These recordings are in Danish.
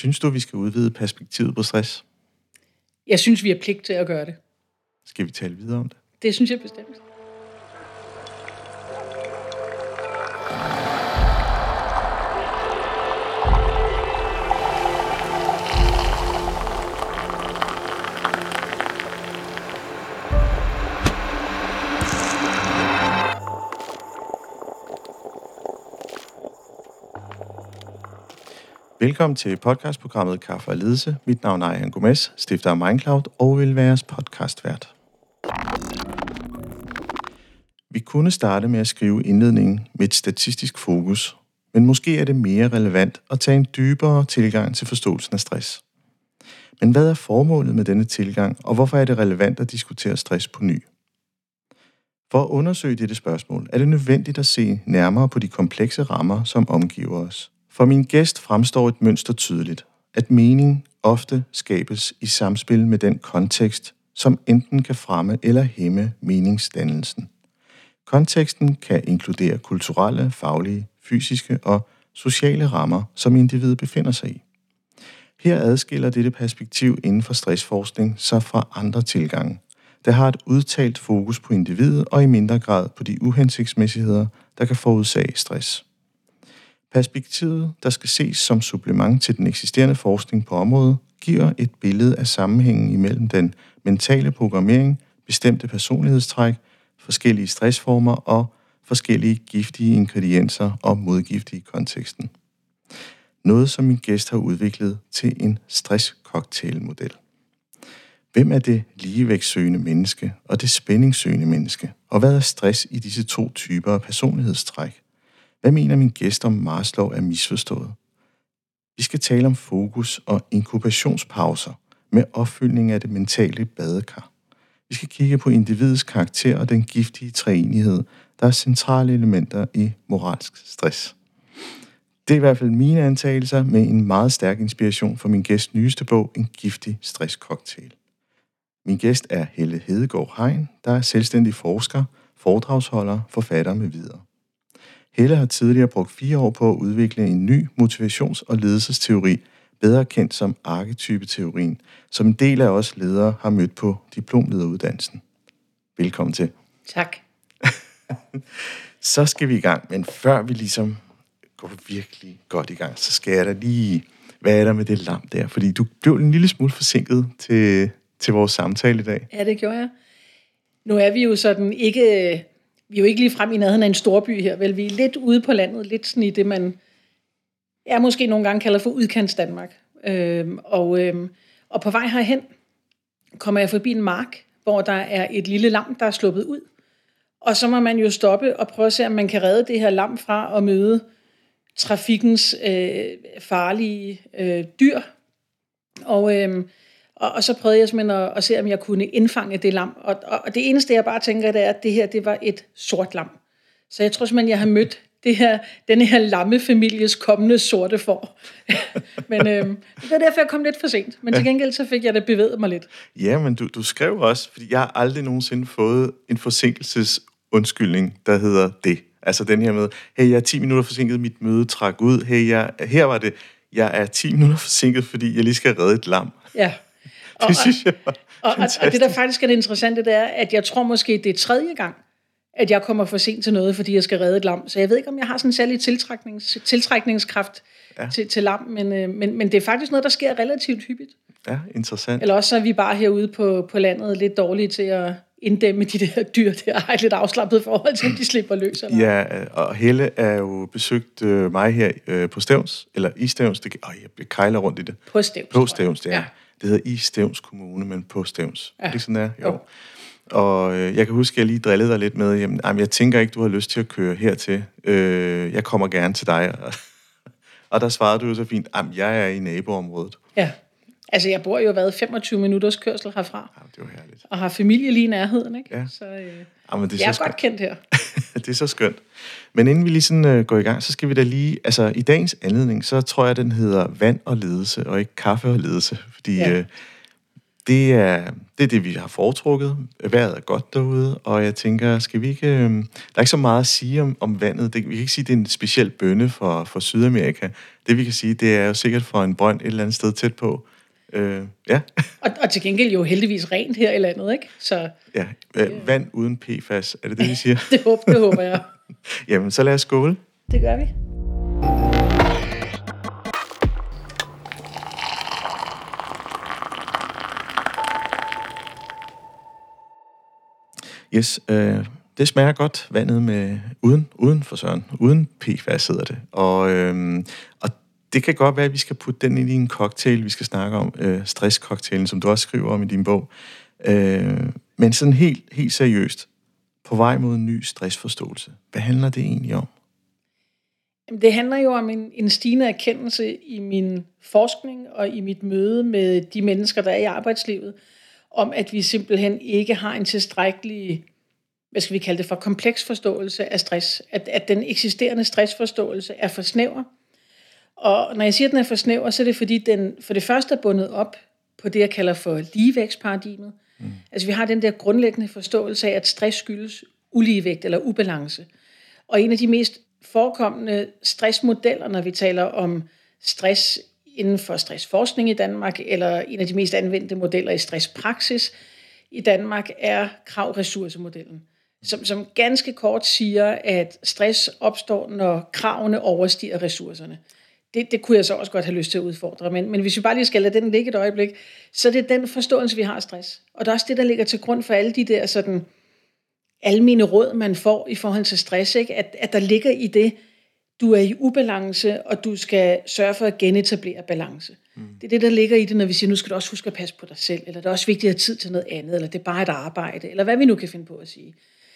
Synes du, vi skal udvide perspektivet på stress? Jeg synes, vi har pligt til at gøre det. Skal vi tale videre om det? Det synes jeg bestemt. Velkommen til podcastprogrammet Kaffe og Ledelse. Mit navn er Jan Gomez, stifter af Mindcloud og vil være jeres podcastvært. Vi kunne starte med at skrive indledningen med et statistisk fokus, men måske er det mere relevant at tage en dybere tilgang til forståelsen af stress. Men hvad er formålet med denne tilgang, og hvorfor er det relevant at diskutere stress på ny? For at undersøge dette spørgsmål er det nødvendigt at se nærmere på de komplekse rammer, som omgiver os. For min gæst fremstår et mønster tydeligt, at mening ofte skabes i samspil med den kontekst, som enten kan fremme eller hæmme meningsdannelsen. Konteksten kan inkludere kulturelle, faglige, fysiske og sociale rammer, som individet befinder sig i. Her adskiller dette perspektiv inden for stressforskning sig fra andre tilgange, der har et udtalt fokus på individet og i mindre grad på de uhensigtsmæssigheder, der kan forårsage stress. Perspektivet, der skal ses som supplement til den eksisterende forskning på området, giver et billede af sammenhængen imellem den mentale programmering, bestemte personlighedstræk, forskellige stressformer og forskellige giftige ingredienser og modgiftige i konteksten. Noget, som min gæst har udviklet til en stresscocktailmodel. Hvem er det ligevægtssøgende menneske og det spændingssøgende menneske? Og hvad er stress i disse to typer af personlighedstræk? Hvad mener min gæst om Maslow er misforstået? Vi skal tale om fokus og inkubationspauser med opfyldning af det mentale badekar. Vi skal kigge på individets karakter og den giftige treenighed, der er centrale elementer i moralsk stress. Det er i hvert fald mine antagelser med en meget stærk inspiration for min gæsts nyeste bog, En giftig stresscocktail. Min gæst er Helle Hedegaard Hein, der er selvstændig forsker, foredragsholder, forfatter med videre. Helle har tidligere brugt 4 år på at udvikle en ny motivations- og ledelsesteori, bedre kendt som arketypeteorien, som en del af os ledere har mødt på diplomlederuddannelsen. Velkommen til. Tak. Så skal vi i gang, men før vi ligesom går virkelig godt i gang, så skal jeg da lige, hvad er der med det lam der? Fordi du blev en lille smule forsinket til vores samtale i dag. Ja, det gjorde jeg. Nu er vi jo sådan ikke... Vi er jo ikke lige frem i nærheden af en storby her, vel? Vi er lidt ude på landet, lidt sådan i det, man måske nogle gange kalder for udkants Danmark. Og på vej herhen kommer jeg forbi en mark, hvor der er et lille lam, der er sluppet ud. Og så må man jo stoppe og prøve at se, om man kan redde det her lam fra at møde trafikkens farlige dyr. Og så prøvede jeg simpelthen at se, om jeg kunne indfange det lam. Og det eneste, jeg bare tænker, det er, at det her, det var et sort lam. Så jeg tror simpelthen, jeg har mødt denne her lammefamilies kommende sorte får. Men det var derfor, jeg kom lidt for sent. Men til gengæld, så fik jeg det bevæget mig lidt. Ja, men du skrev også, fordi jeg har aldrig nogensinde fået en forsinkelsesundskyldning, der hedder det. Altså den her med, hey, jeg er 10 minutter forsinket, mit møde trak ud. Hey, her var det, jeg er 10 minutter forsinket, fordi jeg lige skal redde et lam. Ja. Det synes jeg var fantastisk. Og det, der faktisk er det interessante, det er, at jeg tror måske, det er 3. gang, at jeg kommer for sent til noget, fordi jeg skal redde et lam. Så jeg ved ikke, om jeg har sådan en særlig tiltrækningskraft til lam, men det er faktisk noget, der sker relativt hyppigt. Ja, interessant. Eller også så er vi bare herude på landet lidt dårlige til at inddæmme de der dyr, der har et lidt afslappet forhold til, om de slipper løs. Eller? Ja, og Helle er jo besøgt mig her på Stevns, eller i Stevns. Jeg kejler rundt i det. På Stevns, ja. Det hedder i Stevns Kommune, men på Stevns. Ja. Er det sådan der? Jo. Og jeg kan huske, at jeg lige drillede dig lidt med, jamen, jeg tænker ikke, du har lyst til at køre hertil. Jeg kommer gerne til dig. Og der svarede du jo så fint, jeg er i naboområdet. Ja, altså jeg bor jo 25 minutters kørsel herfra. Ja, det var herligt. Og har familie lige i nærheden, ikke? Ja. Så men det er jeg er så godt kendt her. Det er så skønt. Men inden vi lige sådan går i gang, så skal vi da lige, altså i dagens anledning, så tror jeg, den hedder vand og ledelse, og ikke kaffe og ledelse. Fordi Det er det, vi har foretrukket. Vejret er godt derude, og jeg tænker, skal vi ikke... Der er ikke så meget at sige om vandet. Vi kan ikke sige, at det er en speciel bønne for Sydamerika. Det vi kan sige, det er jo sikkert fra en brønd et eller andet sted tæt på. Ja. Og til gengæld jo heldigvis rent her i landet, ikke? Så, ja, vand uden PFAS, er det, vi siger? det håber jeg. Jamen, så lad os skåle. Det gør vi. Yes, det smager godt, vandet med uden for søren. Uden PFAS hedder det. Og det kan godt være, at vi skal putte den ind i en cocktail, vi skal snakke om, stresscocktailen, som du også skriver om i din bog. Men sådan helt seriøst, på vej mod en ny stressforståelse. Hvad handler det egentlig om? Det handler jo om en stigende erkendelse i min forskning og i mit møde med de mennesker, der er i arbejdslivet, om at vi simpelthen ikke har en tilstrækkelig, hvad skal vi kalde det for, kompleks forståelse af stress. At den eksisterende stressforståelse er for snæver. Og når jeg siger, at den er for snæver, så er det fordi, den for det første er bundet op på det, jeg kalder for ligevægtsparadigmet. Altså vi har den der grundlæggende forståelse af, at stress skyldes uligevægt eller ubalance. Og en af de mest forekommende stressmodeller, når vi taler om stress inden for stressforskning i Danmark, eller en af de mest anvendte modeller i stresspraksis i Danmark, er krav-ressourcemodellen, som ganske kort siger, at stress opstår, når kravene overstiger ressourcerne. Det kunne jeg så også godt have lyst til at udfordre, men hvis vi bare lige skal lade den ligge et øjeblik, så er det den forståelse, vi har af stress. Og der er også det, der ligger til grund for alle de der sådan almene råd, man får i forhold til stress, ikke? At der ligger i det, du er i ubalance, og du skal sørge for at genetablere balance. Det er det, der ligger i det, når vi siger, nu skal du også huske at passe på dig selv, eller det er også vigtigt at have tid til noget andet, eller det er bare et arbejde, eller hvad vi nu kan finde på at sige.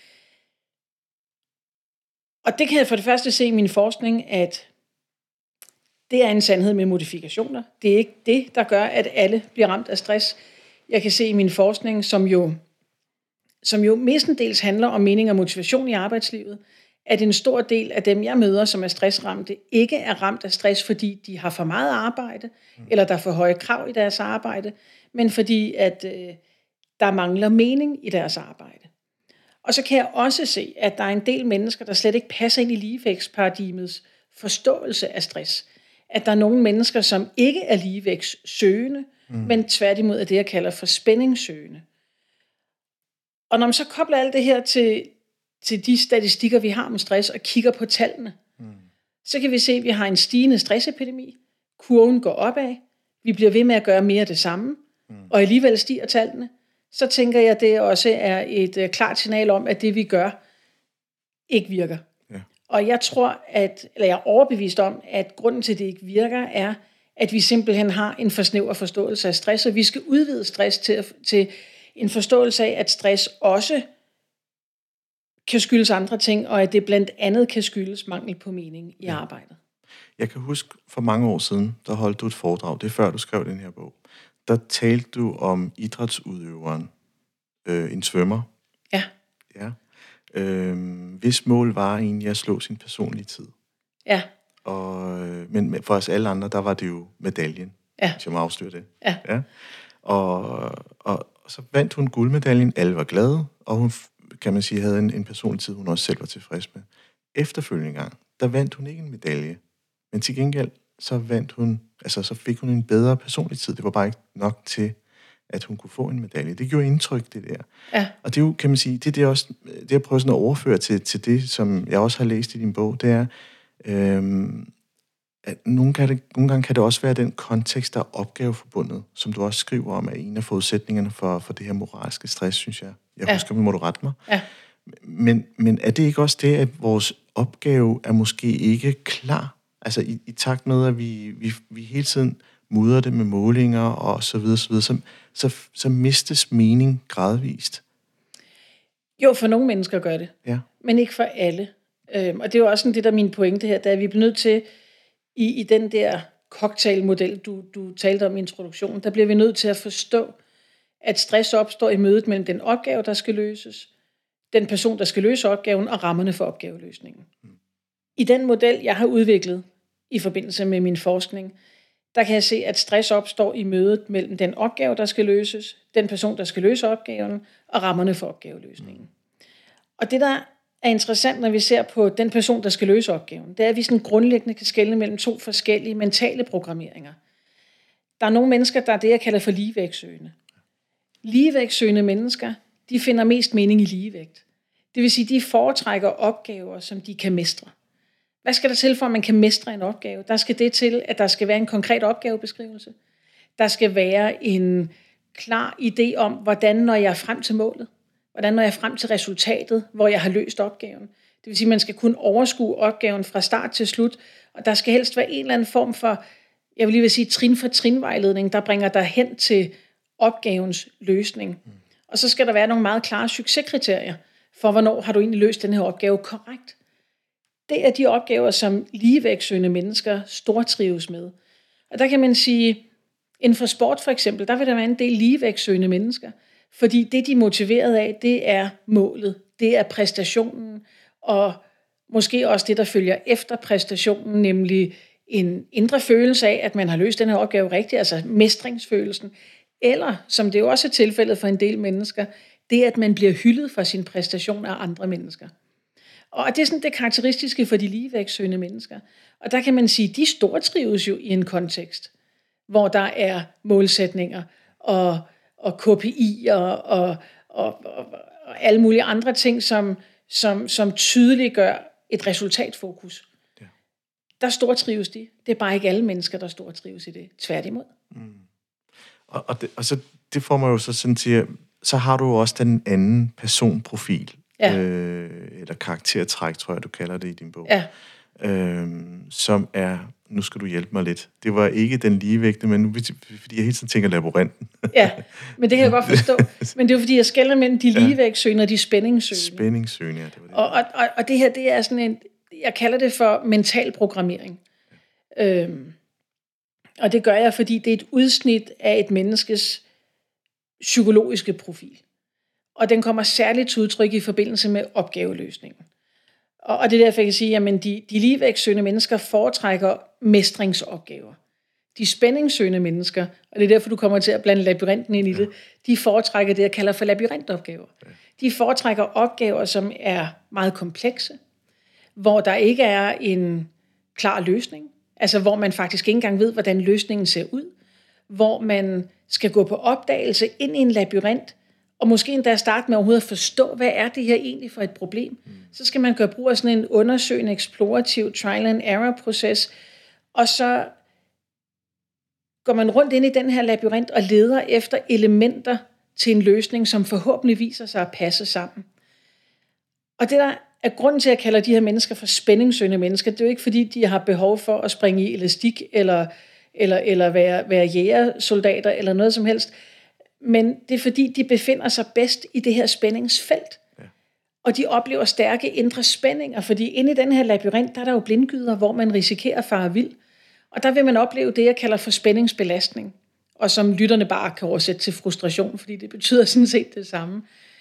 Og det kan jeg for det første se i min forskning, at det er en sandhed med modifikationer. Det er ikke det, der gør, at alle bliver ramt af stress. Jeg kan se i min forskning, som jo mestendels handler om mening og motivation i arbejdslivet, at en stor del af dem, jeg møder, som er stressramte, ikke er ramt af stress, fordi de har for meget arbejde, eller der er for høje krav i deres arbejde, men fordi, at der mangler mening i deres arbejde. Og så kan jeg også se, at der er en del mennesker, der slet ikke passer ind i ligevægtsparadigmets forståelse af stress. At der er nogle mennesker, som ikke er ligevægtssøgende, men tværtimod er det, jeg kalder for spændingssøgende. Og når man så kobler alt det her til de statistikker, vi har om stress, og kigger på tallene, så kan vi se, at vi har en stigende stressepidemi. Kurven går opad. Vi bliver ved med at gøre mere af det samme, og alligevel stiger tallene. Så tænker jeg, at det også er et klart signal om, at det vi gør, ikke virker. Ja. Og jeg tror, jeg er overbevist om, at grunden til, at det ikke virker, er, at vi simpelthen har en for snæver forståelse af stress, og vi skal udvide stress til en forståelse af, at stress også kan skyldes andre ting, og at det blandt andet kan skyldes mangel på mening i arbejdet. Jeg kan huske, for mange år siden, der holdt du et foredrag, det er før du skrev den her bog. Der talte du om idrætsudøveren, en svømmer. Ja. Ja. Hvis mål var egentlig at slå sin personlige tid. Ja. Men for os alle andre, der var det jo medaljen, hvis jeg må afsløre det. Ja. Ja. Og så vandt hun guldmedaljen, alle var glade, og hun, kan man sige, havde en personlig tid, hun også selv var tilfreds med. Efterfølgende gang, der vandt hun ikke en medalje, men til gengæld, så fik hun en bedre personlig tid. Det var bare ikke nok til, at hun kunne få en medalje. Det gjorde indtryk, det der. Ja. Og det er jo, kan man sige, det er også, det jeg prøver sådan at overføre til det, som jeg også har læst i din bog, det er, at nogle gange kan det også være den kontekst, der er opgaveforbundet, som du også skriver om, er en af forudsætningerne for det her moralske stress, synes jeg. Jeg husker, må du rette mig. Ja. Men er det ikke også det, at vores opgave er måske ikke klar? Altså i takt med, at vi hele tiden mudrer det med målinger og så videre, så mistes mening gradvist. Jo, for nogle mennesker gør det, men ikke for alle. Og det er jo også sådan det, der er min pointe her, da vi bliver nødt til, i den der cocktailmodel, du talte om i introduktionen, der bliver vi nødt til at forstå, at stress opstår i mødet mellem den opgave, der skal løses, den person, der skal løse opgaven, og rammerne for opgaveløsningen. I den model, jeg har udviklet i forbindelse med min forskning, der kan jeg se, at stress opstår i mødet mellem den opgave, der skal løses, den person, der skal løse opgaven, og rammerne for opgaveløsningen. Og det, der er interessant, når vi ser på den person, der skal løse opgaven, det er, at vi sådan grundlæggende kan skelne mellem to forskellige mentale programmeringer. Der er nogle mennesker, der er det, jeg kalder for ligevægtssøgende. Ligevægtssøgende mennesker, de finder mest mening i ligevægt. Det vil sige, de foretrækker opgaver, som de kan mestre. Hvad skal der til for, at man kan mestre en opgave? Der skal det til, at der skal være en konkret opgavebeskrivelse. Der skal være en klar idé om, hvordan når jeg er frem til målet. Hvordan når jeg er frem til resultatet, hvor jeg har løst opgaven. Det vil sige, at man skal kunne overskue opgaven fra start til slut. Og der skal helst være en eller anden form for, jeg vil lige vil sige, trin for trin-vejledning, der bringer dig hen til opgavens løsning. Og så skal der være nogle meget klare succeskriterier for, hvornår har du egentlig løst den her opgave korrekt. Det er de opgaver, som ligevægtssøgende mennesker stortrives med. Og der kan man sige, inden for sport for eksempel, der vil der være en del ligevægtssøgende mennesker, fordi det, de er motiveret af, det er målet, det er præstationen, og måske også det, der følger efter præstationen, nemlig en indre følelse af, at man har løst den her opgave rigtigt, altså mestringsfølelsen, eller, som det jo også er tilfældet for en del mennesker, det at man bliver hyldet for sin præstation af andre mennesker. Og det er sådan det karakteristiske for de ligevægtssøgende mennesker. Og der kan man sige, de stortrives jo i en kontekst, hvor der er målsætninger og KPI'er og alle mulige andre ting, som tydeliggør et resultatfokus. Ja. Der stortrives de. Det er bare ikke alle mennesker, der stortrives i det. Tværtimod. Og så det får mig jo så sådan til, så har du jo også den anden personprofil. Ja. Eller karaktertræk, tror jeg, du kalder det i din bog. Ja. Som er, nu skal du hjælpe mig lidt. Det var ikke den ligevægte, men nu, fordi jeg hele tiden tænker laboranten. Ja, men det kan jeg godt forstå. Men det er jo fordi, jeg skelner mellem de ligevægtssøgende og de spændingssøgende. Spændingssøgende, ja, det var det. Og det her, det er sådan en, jeg kalder det for mental programmering. Ja. Og det gør jeg, fordi det er et udsnit af et menneskes psykologiske profil. Og den kommer særligt til udtryk i forbindelse med opgaveløsningen. Og det er derfor, jeg kan sige, at de ligevægtssøgende mennesker foretrækker mestringsopgaver. De spændingssøgende mennesker, og det er derfor, du kommer til at blande labyrinten ind i det, de foretrækker det, jeg kalder for labyrintopgaver. De foretrækker opgaver, som er meget komplekse, hvor der ikke er en klar løsning, altså hvor man faktisk ikke engang ved, hvordan løsningen ser ud, hvor man skal gå på opdagelse ind i en labyrint, og måske endda starte med overhovedet at forstå, hvad er det her egentlig for et problem. Så skal man gøre brug af sådan en undersøgende, eksplorativ trial and error proces, og så går man rundt ind i den her labyrint og leder efter elementer til en løsning, som forhåbentlig viser sig at passe sammen. Og det der er grunden til, at jeg kalder de her mennesker for spændingssøgende mennesker, det er jo ikke fordi, de har behov for at springe i elastik, eller være jægersoldater, eller noget som helst. Men det er fordi, de befinder sig bedst i det her spændingsfelt. Ja. Og de oplever stærke indre spændinger, fordi inde i den her labyrint, der er der jo blindgyder, hvor man risikerer at fare vild. Og der vil man opleve det, jeg kalder for spændingsbelastning, og som lytterne bare kan oversætte til frustration, fordi det betyder sådan set det samme.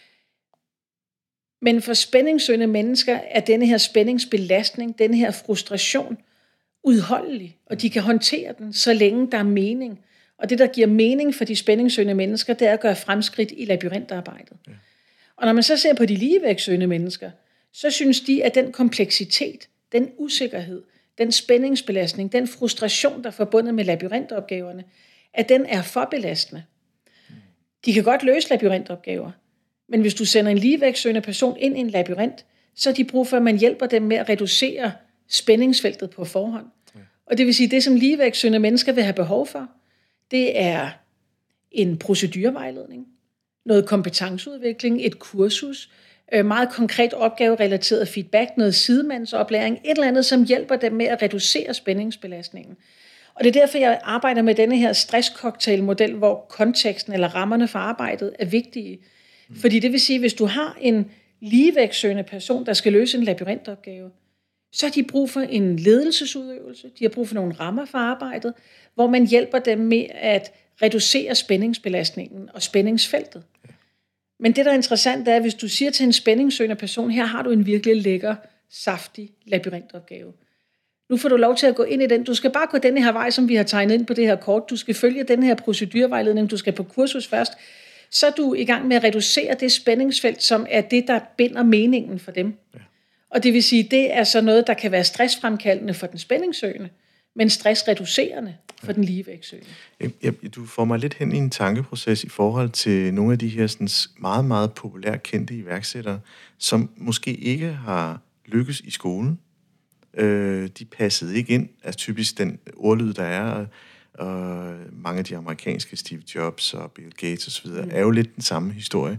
Men for spændingssøgende mennesker er denne her spændingsbelastning, denne her frustration, udholdelig, og de kan håndtere den, så længe der er mening. Og det, der giver mening for de spændingssøgende mennesker, det er at gøre fremskridt i labyrintarbejdet. Ja. Og når man så ser på de ligevægtssøgende mennesker, så synes de, at den kompleksitet, den usikkerhed, den spændingsbelastning, den frustration, der er forbundet med labyrintopgaverne, at den er for belastende. De kan godt løse labyrintopgaver, men hvis du sender en ligevægtssøgende person ind i en labyrint, så har de brug for, at man hjælper dem med at reducere spændingsfeltet på forhånd. Ja. Og det vil sige, at det, som ligevægtssøgende mennesker vil have behov for, det er en procedurevejledning, noget kompetenceudvikling, et kursus, meget konkret opgaverelateret feedback, noget sidemandsoplæring, et eller andet, som hjælper dem med at reducere spændingsbelastningen. Og det er derfor, jeg arbejder med denne her stresscocktailmodel, hvor konteksten eller rammerne for arbejdet er vigtige. Fordi det vil sige, hvis du har en ligevægtssøgende person, der skal løse en labyrintopgave, så har de brug for en ledelsesudøvelse, de har brug for nogle rammer for arbejdet, hvor man hjælper dem med at reducere spændingsbelastningen og spændingsfeltet. Men det, der er interessant, er, at hvis du siger til en spændingssøgende person, her har du en virkelig lækker, saftig labyrintopgave, Nu får du lov til at gå ind i den. Du skal bare gå den her vej, som vi har tegnet ind på det her kort. Du skal følge den her procedurvejledning. Du skal på kursus først. Så er du i gang med at reducere det spændingsfelt, som er det, der binder meningen for dem. Ja. Og det vil sige, det er så noget, der kan være stressfremkaldende for den spændingssøgende, men stressreducerende for den ligevægtssøgende. Du får mig lidt hen i en tankeproces i forhold til nogle af de her sådan meget, meget populært kendte iværksættere, som måske ikke har lykkes i skolen. De passede ikke ind, altså typisk den ordlyd, der er, og mange af de amerikanske Steve Jobs og Bill Gates osv., er jo lidt den samme historie.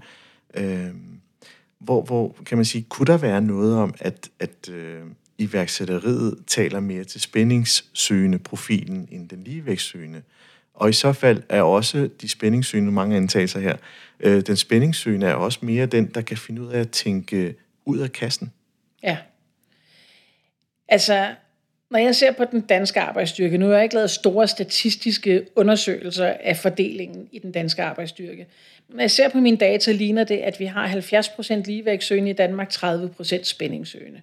Hvor kan man sige, kunne der være noget om, at iværksætteriet taler mere til spændingssøgende profilen end den ligevægtssøgende? Og i så fald er også de spændingssøgende, mange antagelser her, den spændingssøgende er også mere den, der kan finde ud af at tænke ud af kassen. Ja. Altså, når jeg ser på den danske arbejdsstyrke, nu har jeg ikke lavet store statistiske undersøgelser af fordelingen i den danske arbejdsstyrke. Når jeg ser på mine data, ligner det, at vi har 70% ligevægtssøgende i Danmark, 30% spændingssøgende.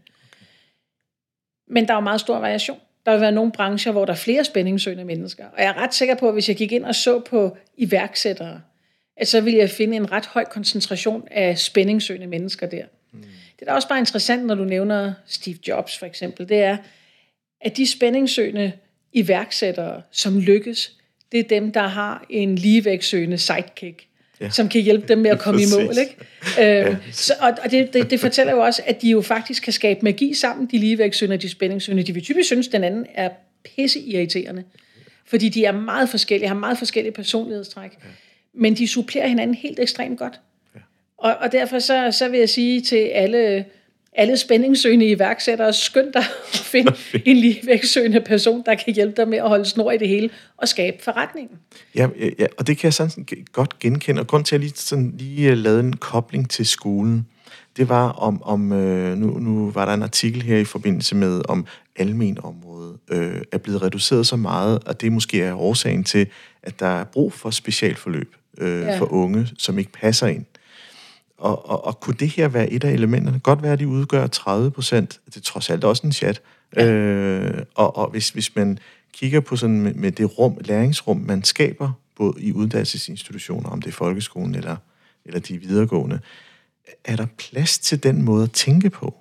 Men der er jo meget stor variation. Der vil være nogle brancher, hvor der er flere spændingssøgende mennesker. Og jeg er ret sikker på, at hvis jeg gik ind og så på iværksættere, at så ville jeg finde en ret høj koncentration af spændingssøgende mennesker der. Det er da også bare interessant, når du nævner Steve Jobs for eksempel, det er, at de spændingssøgende iværksættere, som lykkes, det er dem, der har en ligevægtssøgende sidekick, som kan hjælpe dem med at komme i mål. Ikke? Og det fortæller jo også, at de jo faktisk kan skabe magi sammen, de ligevægtssøgende og de spændingssøgende. De vil typisk synes, at den anden er pisseirriterende, fordi de er meget forskellige, har meget forskellige personlighedstræk, men de supplerer hinanden helt ekstremt godt. Og derfor så vil jeg sige til alle spændingssøgende iværksættere, skynd dig at finde en ligevægtssøgende person, der kan hjælpe dig med at holde snor i det hele og skabe forretningen. Ja, og det kan jeg sådan godt genkende. Og grund til, at jeg lige lavede en kobling til skolen, det var nu var der en artikel her i forbindelse med, om almenområdet er blevet reduceret så meget, og det måske er årsagen til, at der er brug for specialforløb for unge, som ikke passer ind. Og kunne det her være et af elementerne? Godt være, at de udgør 30%. Det er trods alt også en chat. Og hvis man kigger på sådan med det læringsrum, man skaber, både i uddannelsesinstitutioner, om det er folkeskolen eller de videregående, er der plads til den måde at tænke på?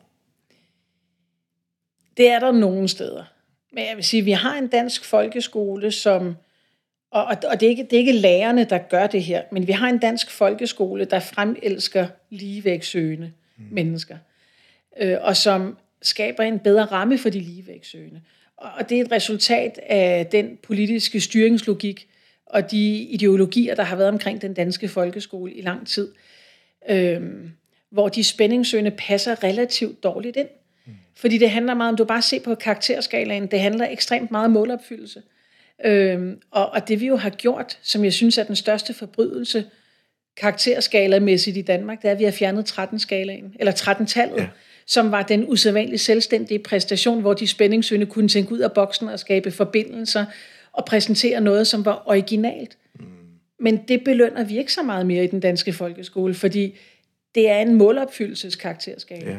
Det er der nogle steder. Men jeg vil sige, at vi har en dansk folkeskole, som... Og det er ikke lærerne, der gør det her, men vi har en dansk folkeskole, der fremelsker ligevægtssøgende mennesker, og som skaber en bedre ramme for de ligevægtssøgende. Og det er et resultat af den politiske styringslogik og de ideologier, der har været omkring den danske folkeskole i lang tid, hvor de spændingssøgende passer relativt dårligt ind. Fordi det handler meget om, du bare ser på karakterskalaen, det handler ekstremt meget om målopfyldelse. Og det vi jo har gjort, som jeg synes er den største forbrydelse karakterskalamæssigt i Danmark, det er, at vi har fjernet 13-skalaen, eller 13-tallet, som var den usædvanligt selvstændige præstation, hvor de spændingssøgende kunne tænke ud af boksen og skabe forbindelser og præsentere noget, som var originalt. Men det belønner vi ikke så meget mere i den danske folkeskole, fordi det er en målopfyldelseskarakterskala.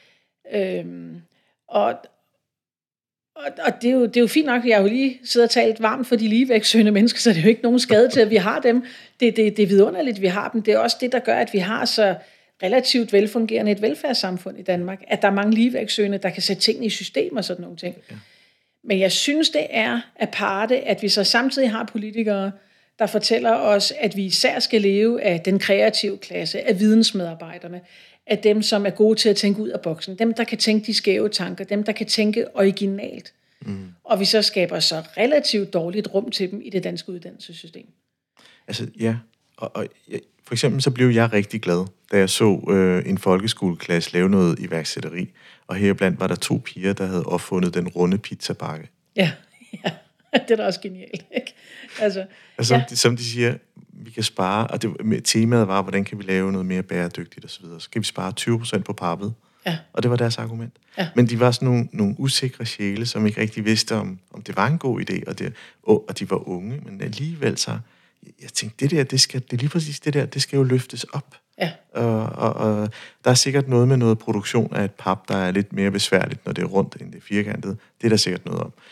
Og det er jo fint nok, jeg har jo lige siddet og talt varmt for de ligevægtssøgende mennesker, så det er jo ikke nogen skade til, at vi har dem. Det er vidunderligt, vi har dem. Det er også det, der gør, at vi har så relativt velfungerende et velfærdssamfund i Danmark, at der er mange ligevægtssøgende, der kan sætte ting i system og sådan nogle ting. Men jeg synes, det er aparte, at vi så samtidig har politikere, der fortæller os, at vi især skal leve af den kreative klasse, af vidensmedarbejderne, af dem, som er gode til at tænke ud af boksen, dem, der kan tænke de skæve tanker, dem, der kan tænke originalt. Og vi så skaber så relativt dårligt rum til dem i det danske uddannelsessystem. Altså, ja. Og for eksempel så blev jeg rigtig glad, da jeg så en folkeskoleklasse lave noget iværksætteri, og heriblandt var der 2 piger, der havde opfundet den runde pizzabakke. Ja. Det er da også genialt, ikke? Altså, som de siger, vi kan spare, og temaet var, hvordan kan vi lave noget mere bæredygtigt osv. Så kan vi spare 20% på pappet. Ja. Og det var deres argument. Ja. Men de var sådan nogle usikre sjæle, som ikke rigtig vidste, om det var en god idé, og de var unge, men alligevel så, jeg tænkte, det er lige præcis det der, det skal jo løftes op. Ja. Og der er sikkert noget med noget produktion af et pap, der er lidt mere besværligt, når det er rundt, end det er firkantet. Det er der sikkert noget om.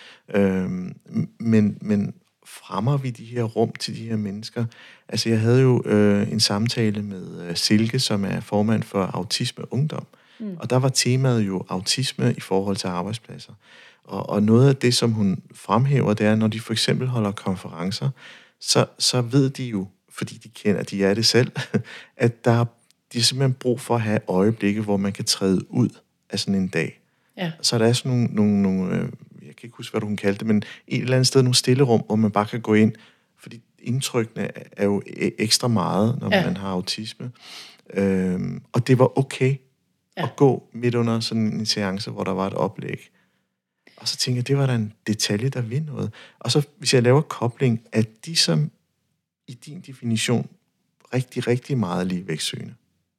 Men fremmer vi de her rum til de her mennesker? Altså, jeg havde jo en samtale med Silke, som er formand for Autisme Ungdom. Og der var temaet jo autisme i forhold til arbejdspladser. Og noget af det, som hun fremhæver, det er, når de for eksempel holder konferencer, så ved de jo, fordi de er det selv, at de har simpelthen brug for at have øjeblikke, hvor man kan træde ud af sådan en dag. Ja. Så der er sådan nogle jeg kan ikke huske, hvad du kaldte det, men et eller andet sted nogle stillerum, hvor man bare kan gå ind, fordi indtrykkene er jo ekstra meget, når man har autisme. Og det var okay at gå midt under sådan en seance, hvor der var et oplæg. Og så tænkte jeg, det var da en detalje, der vil noget. Og så, hvis jeg laver kobling, at de som i din definition rigtig, rigtig meget ligevægtssøgende.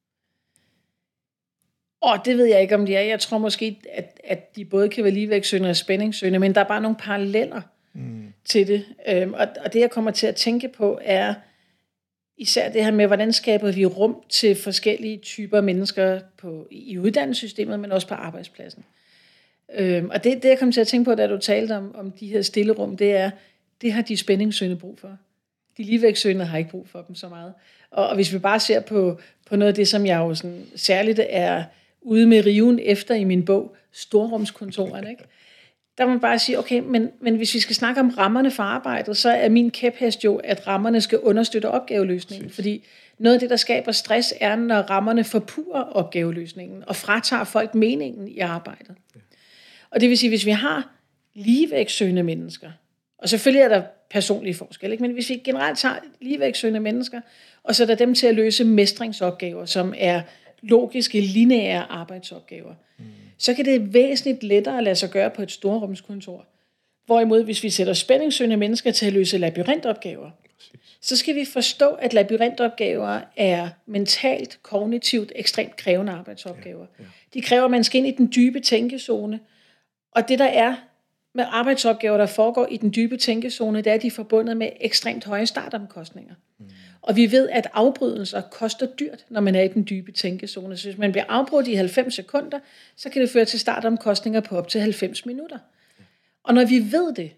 Det ved jeg ikke, om de er. Jeg tror måske, at de både kan være ligevægtssøgende og spændingssøgende, men der er bare nogle paralleller til det. Og det, jeg kommer til at tænke på, er især det her med, hvordan skaber vi rum til forskellige typer mennesker i uddannelsessystemet, men også på arbejdspladsen. Og det, jeg kom til at tænke på, da du talte om de her stillerum, det har de spændingssøgende brug for. De ligevægtssøgende har ikke brug for dem så meget. Og hvis vi bare ser på noget af det, som jeg jo sådan særligt er ude med riven efter i min bog, storrumskontoret, ikke? Der må man bare sige, okay, men hvis vi skal snakke om rammerne for arbejdet, så er min kæphest jo, at rammerne skal understøtte opgaveløsningen. Fordi noget af det, der skaber stress, er, når rammerne forpurer opgaveløsningen og fratager folk meningen i arbejdet. Og det vil sige, hvis vi har ligevægtssøgende mennesker, og selvfølgelig er der personlige forskelle, ikke? Men hvis vi generelt tager ligevægtssøgende mennesker, og sætter dem til at løse mestringsopgaver, som er logiske, lineære arbejdsopgaver, så kan det væsentligt lettere at lade sig gøre på et storrumskontor. Hvorimod, hvis vi sætter spændingssøgende mennesker til at løse labyrintopgaver, så skal vi forstå, at labyrintopgaver er mentalt, kognitivt ekstremt krævende arbejdsopgaver. De kræver, at man skal ind i den dybe tænkezone, og det der er med arbejdsopgaver, der foregår i den dybe tænkezone, det er, at de er forbundet med ekstremt høje startomkostninger. Og vi ved, at afbrydelser koster dyrt, når man er i den dybe tænkezone. Så hvis man bliver afbrudt i 90 sekunder, så kan det føre til startomkostninger på op til 90 minutter. Og når vi ved det,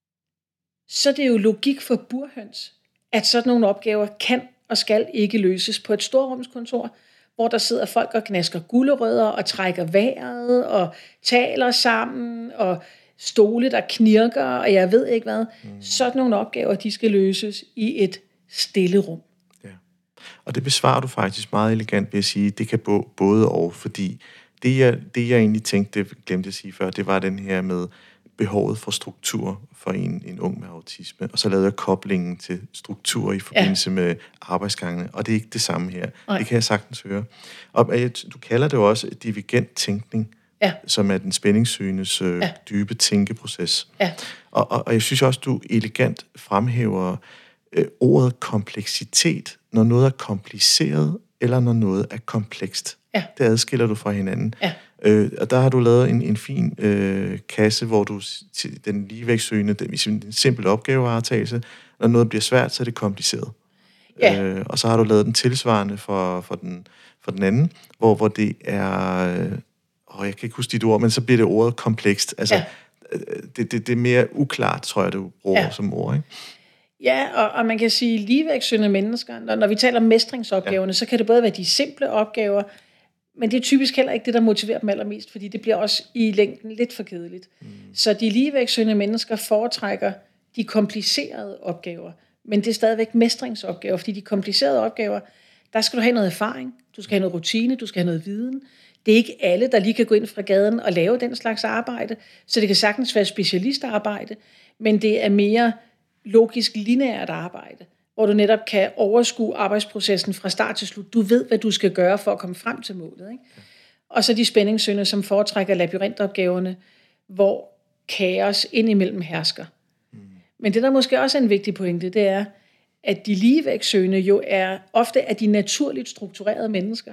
så er det jo logik for burhøns, at sådan nogle opgaver kan og skal ikke løses på et storrumskontor, hvor der sidder folk og knasker gulerødder og trækker vejret og taler sammen og stole, der knirker, og jeg ved ikke hvad. Sådan nogle opgaver, de skal løses i et stille rum. Ja. Og det besvarer du faktisk meget elegant ved at sige, at det kan både og, fordi det jeg egentlig tænkte, det glemte jeg at sige før, det var den her med behovet for struktur for en ung med autisme, og så lavede jeg koblingen til struktur i forbindelse med arbejdsgangene, og det er ikke det samme her. Nej. Det kan jeg sagtens høre. Og du kalder det jo også divergent tænkning, som er den spændingssøgendes dybe tænkeproces. Ja. Og jeg synes også, du elegant fremhæver ordet kompleksitet, når noget er kompliceret, eller når noget er komplekst. Ja. Det adskiller du fra hinanden. Ja. Og der har du lavet en fin kasse, hvor du den ligevægtssøgende, en simpel opgavevaretagelse, når noget bliver svært, så er det kompliceret. Ja. Og så har du lavet den tilsvarende for den anden, hvor det er jeg kan ikke huske dit ord, men så bliver det ordet komplekst. Altså, det er mere uklart, tror jeg, du bruger som ord, ikke? Ja, og man kan sige, ligevægtssøgende mennesker, når vi taler om mestringsopgaverne, så kan det både være de simple opgaver, men det er typisk heller ikke det, der motiverer dem allermest, fordi det bliver også i længden lidt for kedeligt. Så de ligevægtssøgende mennesker foretrækker de komplicerede opgaver, men det er stadigvæk mestringsopgaver, fordi de komplicerede opgaver, der skal du have noget erfaring, du skal have noget rutine, du skal have noget viden. Det er ikke alle, der lige kan gå ind fra gaden og lave den slags arbejde, så det kan sagtens være specialistarbejde, men det er mere logisk lineært arbejde, hvor du netop kan overskue arbejdsprocessen fra start til slut. Du ved, hvad du skal gøre for at komme frem til målet, ikke? Og så de spændingssøgende, som foretrækker labyrintopgaverne, hvor kaos indimellem hersker. Men det, der måske også er en vigtig pointe, det er, at de ligevægtssøgende jo ofte er de naturligt strukturerede mennesker.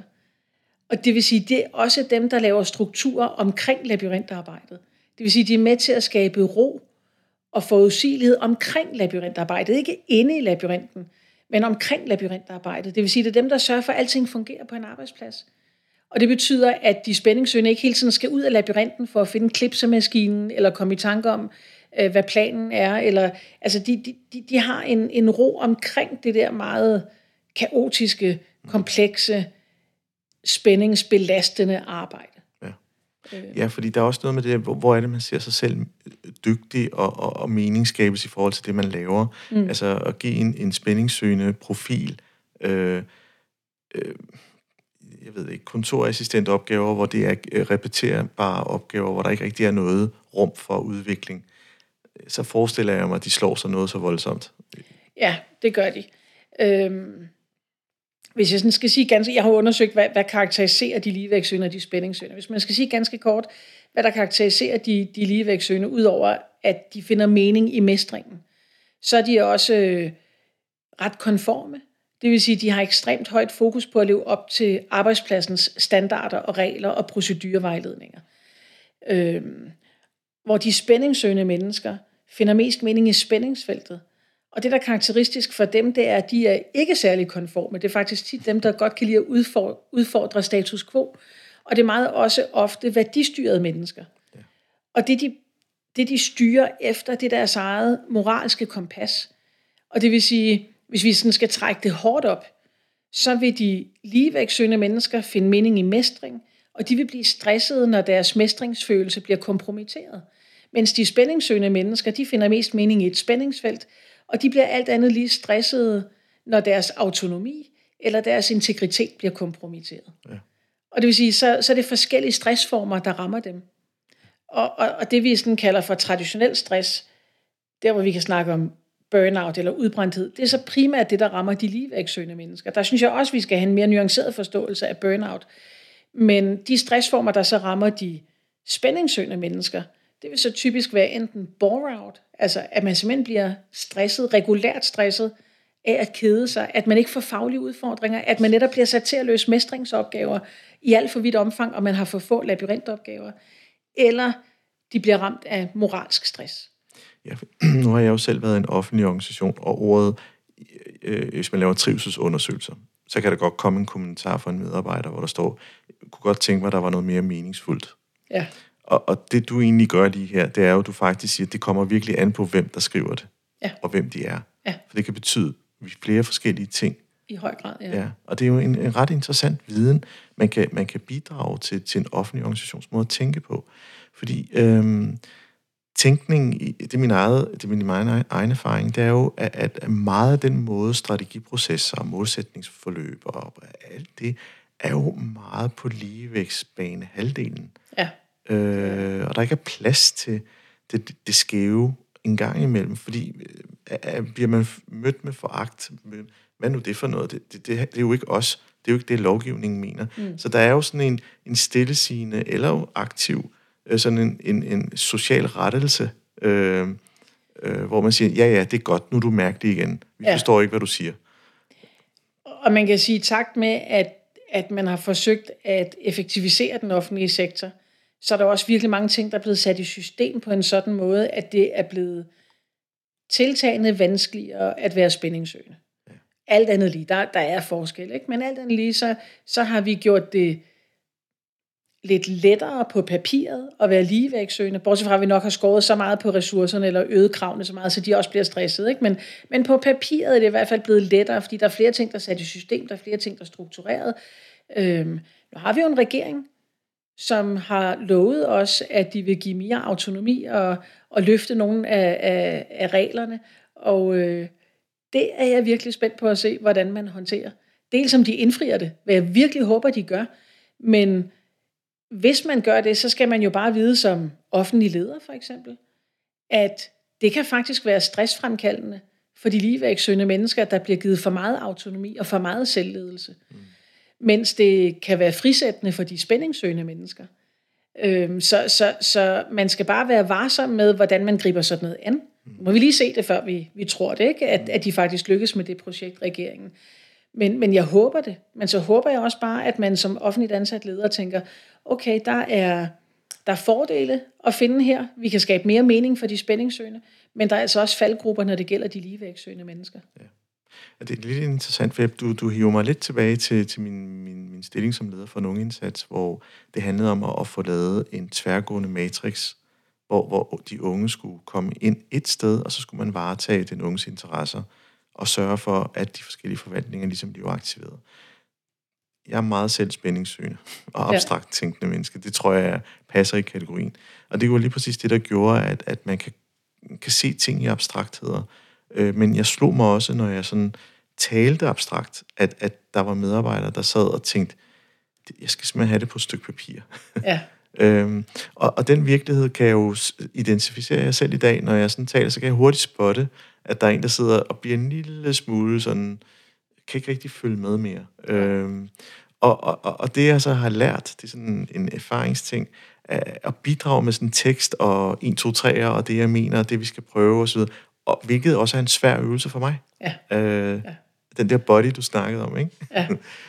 Og det vil sige, det er også dem, der laver strukturer omkring labyrintarbejdet. Det vil sige, de er med til at skabe ro og forudsigelighed omkring labyrintarbejdet. Ikke inde i labyrinten, men omkring labyrintarbejdet. Det vil sige, det er dem, der sørger for, at alting fungerer på en arbejdsplads. Og det betyder, at de spændingssøgende ikke hele tiden skal ud af labyrinten for at finde klipsemaskinen, eller komme i tanke om, hvad planen er. Eller, altså de har en ro omkring det der meget kaotiske, komplekse, spændingsbelastende arbejde. Ja, fordi der er også noget med det, hvor er det, man ser sig selv dygtig og meningsskabes i forhold til det, man laver. Altså at give en spændingssøgende profil, jeg ved ikke, kontorassistentopgaver, hvor det er repeterbare opgaver, hvor der ikke rigtig er noget rum for udvikling. Så forestiller jeg mig, at de slår sig noget så voldsomt. Ja, det gør de. Hvis jeg sådan skal sige ganske, jeg har undersøgt, hvad karakteriserer de ligevægtssøgende og de spændingssøgende. Hvis man skal sige ganske kort, hvad der karakteriserer de ligevægtssøgende, udover at de finder mening i mestringen, så er de også ret konforme. Det vil sige, at de har ekstremt højt fokus på at leve op til arbejdspladsens standarder og regler og procedurevejledninger. Hvor de spændingssøgende mennesker finder mest mening i spændingsfeltet. Og det, der er karakteristisk for dem, det er, at de er ikke særlig konforme. Det er faktisk tit dem, der godt kan lide at udfordre status quo. Og det er meget også ofte værdistyrede mennesker. Ja. Og det, de styrer efter, det er deres eget moralske kompas. Og det vil sige, hvis vi sådan skal trække det hårdt op, så vil de ligevægtssøgende mennesker finde mening i mestring, og de vil blive stressede, når deres mestringsfølelse bliver kompromitteret. Mens de spændingssøgende mennesker, de finder mest mening i et spændingsfelt, og de bliver alt andet lige stressede, når deres autonomi eller deres integritet bliver kompromitteret. Ja. Og det vil sige, så er det forskellige stressformer, der rammer dem. Og det vi sådan kalder for traditionel stress, der hvor vi kan snakke om burnout eller udbrændthed, det er så primært det, der rammer de ligevægtssøgende mennesker. Der synes jeg også, vi skal have en mere nuanceret forståelse af burnout. Men de stressformer, der så rammer de spændingssøgende mennesker, det vil så typisk være enten bore-out, altså at man simpelthen bliver stresset, regulært stresset af at kede sig, at man ikke får faglige udfordringer, at man netop bliver sat til at løse mestringsopgaver i alt for vidt omfang, og man har for få labyrintopgaver, eller de bliver ramt af moralsk stress. Ja, nu har jeg jo selv været i en offentlig organisation, og ordet, hvis man laver trivselsundersøgelser, så kan der godt komme en kommentar fra en medarbejder, hvor der står, jeg kunne godt tænke mig, at der var noget mere meningsfuldt. Ja. Og det du egentlig gør lige her, det er jo, at du faktisk siger, at det kommer virkelig an på, hvem der skriver det, og hvem de er. Ja. For det kan betyde flere forskellige ting. I høj grad, ja. Og det er jo en ret interessant viden, man kan bidrage til en offentlig organisations måde at tænke på. Fordi tænkning, det er min egen erfaring, det er jo, at meget af den måde strategiprocesser og målsætningsforløb og alt det, er jo meget på ligevægtsbane halvdelen. Ja. Og der ikke er plads til det skæve en gang imellem, fordi bliver man mødt med foragt, hvad nu det for noget? Det er jo ikke os, det er jo ikke det, lovgivningen mener. Så der er jo sådan en stillesigende eller jo aktiv, sådan en social rettelse, hvor man siger, ja, det er godt, nu er du mærkelig igen. Vi forstår ikke, hvad du siger. Og man kan sige, takt med, at man har forsøgt at effektivisere den offentlige sektor, så er der også virkelig mange ting, der er blevet sat i system på en sådan måde, at det er blevet tiltagende vanskeligere at være spændingssøgende. Ja. Alt andet lige, der er forskel, ikke? Men alt andet lige, så har vi gjort det lidt lettere på papiret at være ligevægtssøgende, bortset fra, at vi nok har skåret så meget på ressourcerne, eller øget kravene så meget, så de også bliver stresset, ikke? Men på papiret er det i hvert fald blevet lettere, fordi der er flere ting, der er sat i system, der er flere ting, der er struktureret. Nu har vi jo en regering, som har lovet os, at de vil give mere autonomi og løfte nogle af reglerne. Og det er jeg virkelig spændt på at se, hvordan man håndterer. Dels om de indfrier det, hvad jeg virkelig håber, de gør. Men hvis man gør det, så skal man jo bare vide som offentlig leder for eksempel, at det kan faktisk være stressfremkaldende for de ligevægtssøgende mennesker, der bliver givet for meget autonomi og for meget selvledelse. Mens det kan være frisættende for de spændingssøgende mennesker. Så man skal bare være varsom med, hvordan man griber sådan noget an. Må vi lige se det, før vi tror det, ikke? At de faktisk lykkes med det projekt, regeringen. Men jeg håber det. Men så håber jeg også bare, at man som offentligt ansat leder tænker, okay, der er fordele at finde her. Vi kan skabe mere mening for de spændingssøgende. Men der er altså også faldgrupper, når det gælder de ligevægtssøgende mennesker. Ja. Det er lidt interessant, for du hiver mig lidt tilbage til min stilling som leder for en ungeindsats, hvor det handlede om at få lavet en tværgående matrix, hvor de unge skulle komme ind et sted, og så skulle man varetage den unges interesser og sørge for, at de forskellige forvaltninger ligesom blev aktiveret. Jeg er meget selv spændingssøgende og abstrakt tænkende menneske. Det tror jeg passer i kategorien. Og det var lige præcis det, der gjorde, at man kan se ting i abstraktheder. Men jeg slog mig også, når jeg sådan talte abstrakt, at der var medarbejdere, der sad og tænkte, jeg skal simpelthen have det på et stykke papir. Ja. Og den virkelighed kan jeg jo identificere jeg selv i dag, når jeg sådan taler, så kan jeg hurtigt spotte, at der er en, der sidder og bliver en lille smule sådan, kan ikke rigtig følge med mere. Og det jeg så har lært, det er sådan en erfaringsting, at bidrage med sådan en tekst og 1, 2, 3'er, og det jeg mener, og det vi skal prøve osv., og hvilket også er en svær øvelse for mig. Ja. Den der body, du snakkede om, ikke? Ja.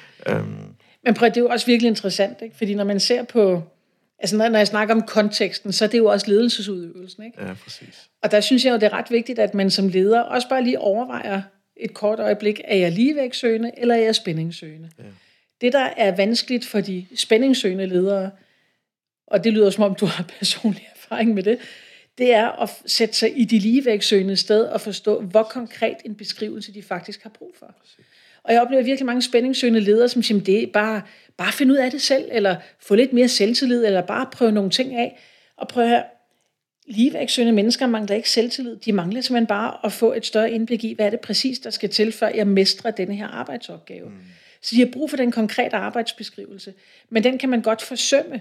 Men prøv, det er jo også virkelig interessant, ikke? Fordi når man ser på, altså når jeg snakker om konteksten, så er det jo også ledelsesudøvelsen, ikke? Ja, præcis. Og der synes jeg jo, det er ret vigtigt, at man som leder også bare lige overvejer et kort øjeblik, er jeg ligevægtssøgende, eller er jeg spændingssøgende? Ja. Det, der er vanskeligt for de spændingssøgende ledere, og det lyder som om, du har personlig erfaring med det, det er at sætte sig i de ligevægtssøgende sted og forstå, hvor konkret en beskrivelse de faktisk har brug for. Og jeg oplever virkelig mange spændingssøgende ledere, som siger, det er bare finde ud af det selv, eller få lidt mere selvtillid, eller bare prøve nogle ting af. Og prøve her, ligevægtssøgende mennesker mangler ikke selvtillid. De mangler simpelthen bare at få et større indblik i, hvad er det præcis, der skal til, før jeg mestrer denne her arbejdsopgave. Så de har brug for den konkrete arbejdsbeskrivelse. Men den kan man godt forsømme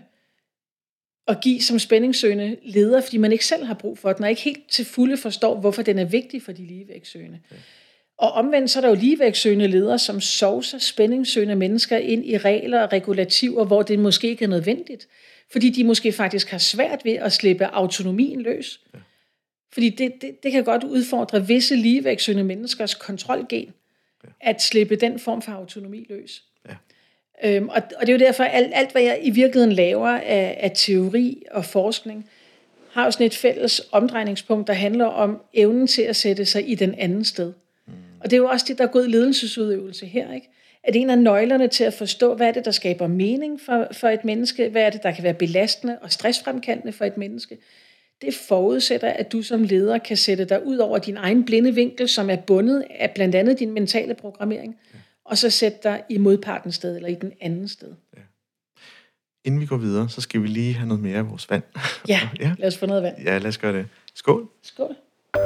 at give som spændingssøgende leder, fordi man ikke selv har brug for den, og ikke helt til fulde forstår, hvorfor den er vigtig for de ligevægtssøgende. Okay. Og omvendt så er der jo ligevægtssøgende ledere, som sovser spændingssøgende mennesker ind i regler og regulativer, hvor det måske ikke er nødvendigt, fordi de måske faktisk har svært ved at slippe autonomien løs. Ja. Fordi det kan godt udfordre visse ligevægtssøgende menneskers kontrolgen, at slippe den form for autonomi løs. Ja. Og det er jo derfor, alt hvad jeg i virkeligheden laver af teori og forskning, har jo sådan et fælles omdrejningspunkt, der handler om evnen til at sætte sig i den anden sted. Og det er jo også det, der er god ledelsesudøvelse her, ikke? At en af nøglerne til at forstå, hvad er det, der skaber mening for et menneske, hvad er det, der kan være belastende og stressfremkaldende for et menneske, det forudsætter, at du som leder kan sætte dig ud over din egen blinde vinkel, som er bundet af blandt andet din mentale programmering, og så sætte dig i modpartens sted, eller i den anden sted. Ja. Inden vi går videre, så skal vi lige have noget mere af vores vand. Ja, lad os få noget vand. Ja, lad os gøre det. Skål. Skål.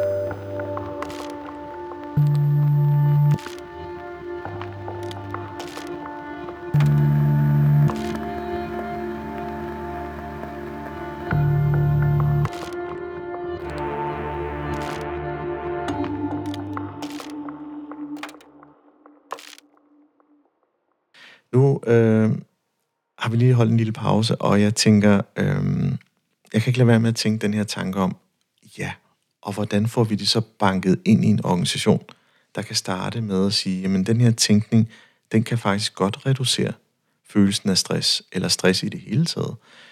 Nu har vi lige holdt en lille pause, og jeg tænker, jeg kan ikke lade være med at tænke den her tanke om, og hvordan får vi det så banket ind i en organisation, der kan starte med at sige, jamen den her tænkning, den kan faktisk godt reducere følelsen af stress, eller stress i det hele taget.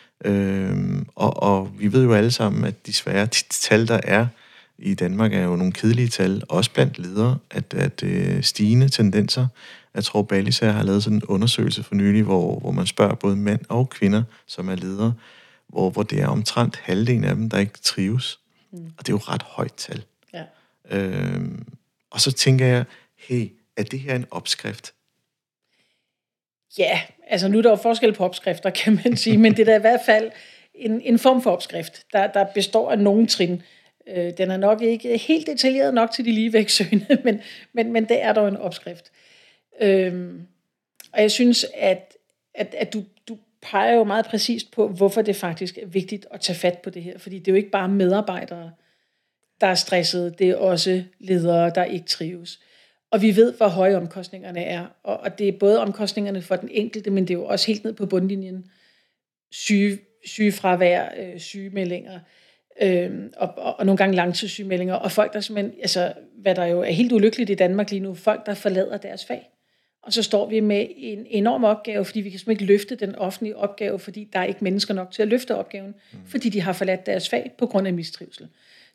Og vi ved jo alle sammen, at de tal, der er i Danmark, er jo nogle kedelige tal, også blandt ledere, at stigende tendenser. Jeg tror, Balliser har lavet sådan en undersøgelse for nylig, hvor man spørger både mænd og kvinder, som er ledere, hvor det er omtrent halvdelen af dem, der ikke trives. Og det er jo ret højt tal. Ja. Og så tænker jeg, hey, er det her en opskrift? Ja, altså nu er der jo forskel på opskrifter, kan man sige, men det er da i hvert fald en form for opskrift, der består af nogle trin. Den er nok ikke helt detaljeret nok til de ligevægtssøgende, men det er dog en opskrift. Og jeg synes, at du peger jo meget præcist på, hvorfor det faktisk er vigtigt at tage fat på det her. Fordi det er jo ikke bare medarbejdere, der er stressede, det er også ledere, der ikke trives. Og vi ved, hvor høje omkostningerne er. Og det er både omkostningerne for den enkelte, men det er jo også helt ned på bundlinjen. Sygefravær, sygemeldinger, og nogle gange langtidssygemeldinger. Og folk, der simpelthen, altså, hvad der jo er helt ulykkeligt i Danmark lige nu, folk, der forlader deres fag. Og så står vi med en enorm opgave, fordi vi kan simpelthen ikke løfte den offentlige opgave, fordi der er ikke mennesker nok til at løfte opgaven, fordi de har forladt deres fag på grund af mistrivsel.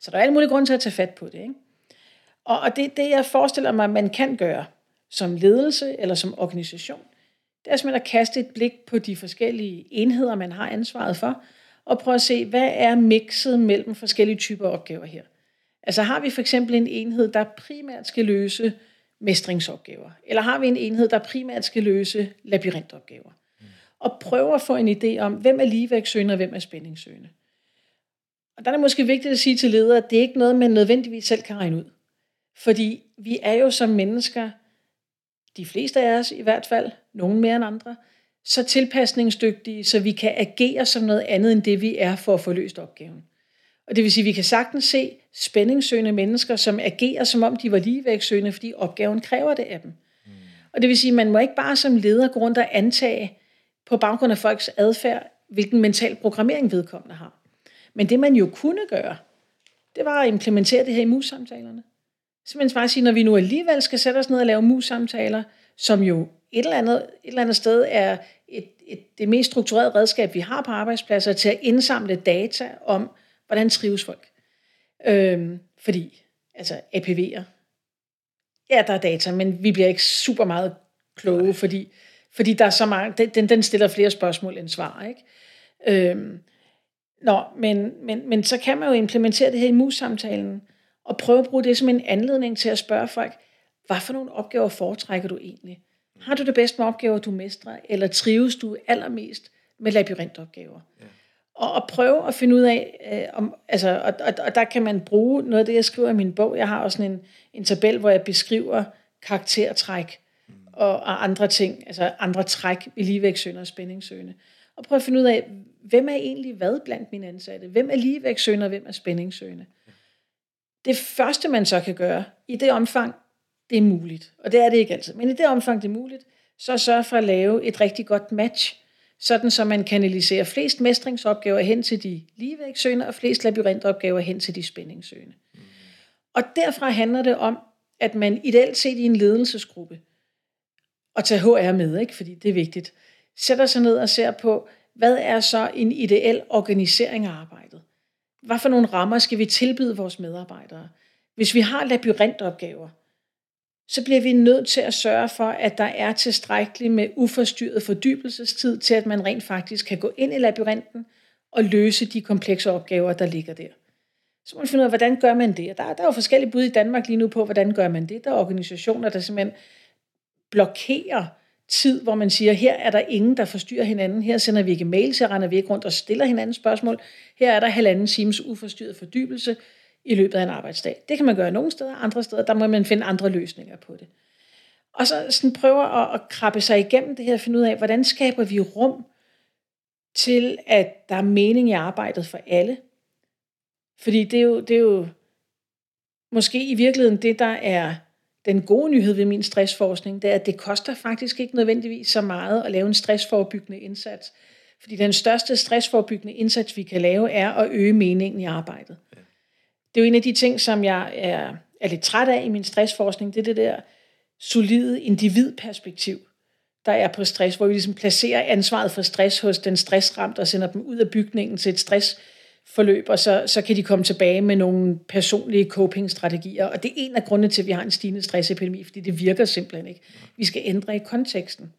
Så der er alle mulige grunde til at tage fat på det, ikke? Og det, jeg forestiller mig, man kan gøre som ledelse eller som organisation, det er simpelthen at kaste et blik på de forskellige enheder, man har ansvaret for, og prøve at se, hvad er mixet mellem forskellige typer opgaver her. Altså har vi for eksempel en enhed, der primært skal løse mestringsopgaver, eller har vi en enhed, der primært skal løse labyrintopgaver, og prøve at få en idé om, hvem er ligevægtssøgende og hvem er spændingssøgende. Og der er det måske vigtigt at sige til ledere, at det er ikke noget, man nødvendigvis selv kan regne ud. Fordi vi er jo som mennesker, de fleste af os i hvert fald, nogen mere end andre, så tilpasningsdygtige, så vi kan agere som noget andet end det, vi er for at få løst opgaven. Og det vil sige, at vi kan sagtens se spændingssøgende mennesker, som agerer som om de var ligevægtssøgende, fordi opgaven kræver det af dem. Og det vil sige, at man må ikke bare som leder gå rundt og antage på baggrund af folks adfærd, hvilken mental programmering vedkommende har. Men det man jo kunne gøre, det var at implementere det her i mus-samtalerne. Simpelthen bare sige, når vi nu alligevel skal sætte os ned og lave mus-samtaler, som jo et eller andet sted er det mest strukturerede redskab, vi har på arbejdspladser, til at indsamle data om, hvordan trives folk. Fordi, altså APV'er, ja, der er data, men vi bliver ikke super meget kloge, fordi der er så mange, den stiller flere spørgsmål end svar, ikke? Men så kan man jo implementere det her i mus-samtalen, og prøve at bruge det som en anledning til at spørge folk, hvad for nogle opgaver foretrækker du egentlig? Har du det bedst med opgaver, du mestrer, eller trives du allermest med labyrintopgaver? Ja. Og prøve at finde ud af, og der kan man bruge noget af det, jeg skriver i min bog. Jeg har også en tabel, hvor jeg beskriver karaktertræk og andre ting, altså andre træk ved ligevægtssøgende og spændingssøgende. Og prøve at finde ud af, hvem er egentlig hvad blandt mine ansatte? Hvem er ligevægtssøgende, og hvem er spændingssøgende? Det første, man så kan gøre, i det omfang, det er muligt, og det er det ikke altid, men i det omfang, det er muligt, så sørg for at lave et rigtig godt match, sådan så man kanaliserer flest mestringsopgaver hen til de ligevægtssøgende, og flest labyrintopgaver hen til de spændingssøgende. Og derfra handler det om, at man ideelt set i en ledelsesgruppe, og tage HR med, ikke? Fordi det er vigtigt, sætter sig ned og ser på, hvad er så en ideel organisering af arbejdet? Hvad for nogle rammer skal vi tilbyde vores medarbejdere? Hvis vi har labyrintopgaver, så bliver vi nødt til at sørge for, at der er tilstrækkeligt med uforstyrret fordybelsestid til, at man rent faktisk kan gå ind i labyrinten og løse de komplekse opgaver, der ligger der. Så må man finde ud af, hvordan gør man det? Der er jo forskellige bud i Danmark lige nu på, hvordan gør man det. Der er organisationer, der simpelthen blokerer tid, hvor man siger, her er der ingen, der forstyrrer hinanden. Her sender vi ikke mails, her render vi ikke rundt og stiller hinanden spørgsmål. Her er der 1,5 times uforstyrret fordybelse i løbet af en arbejdsdag. Det kan man gøre nogle steder, andre steder, der må man finde andre løsninger på det. Og så sådan prøver at krabbe sig igennem det her, og finde ud af, hvordan skaber vi rum til, at der er mening i arbejdet for alle. Fordi det er jo måske i virkeligheden det, der er den gode nyhed ved min stressforskning, det er, at det koster faktisk ikke nødvendigvis så meget at lave en stressforebyggende indsats. Fordi den største stressforebyggende indsats, vi kan lave, er at øge meningen i arbejdet. Ja. Det er jo en af de ting, som jeg er lidt træt af i min stressforskning, det er det der solide individperspektiv, der er på stress, hvor vi ligesom placerer ansvaret for stress hos den stressramte og sender dem ud af bygningen til et stressforløb, og så kan de komme tilbage med nogle personlige coping-strategier. Og det er en af grundene til, at vi har en stigende stressepidemi, fordi det virker simpelthen ikke. Vi skal ændre i konteksten.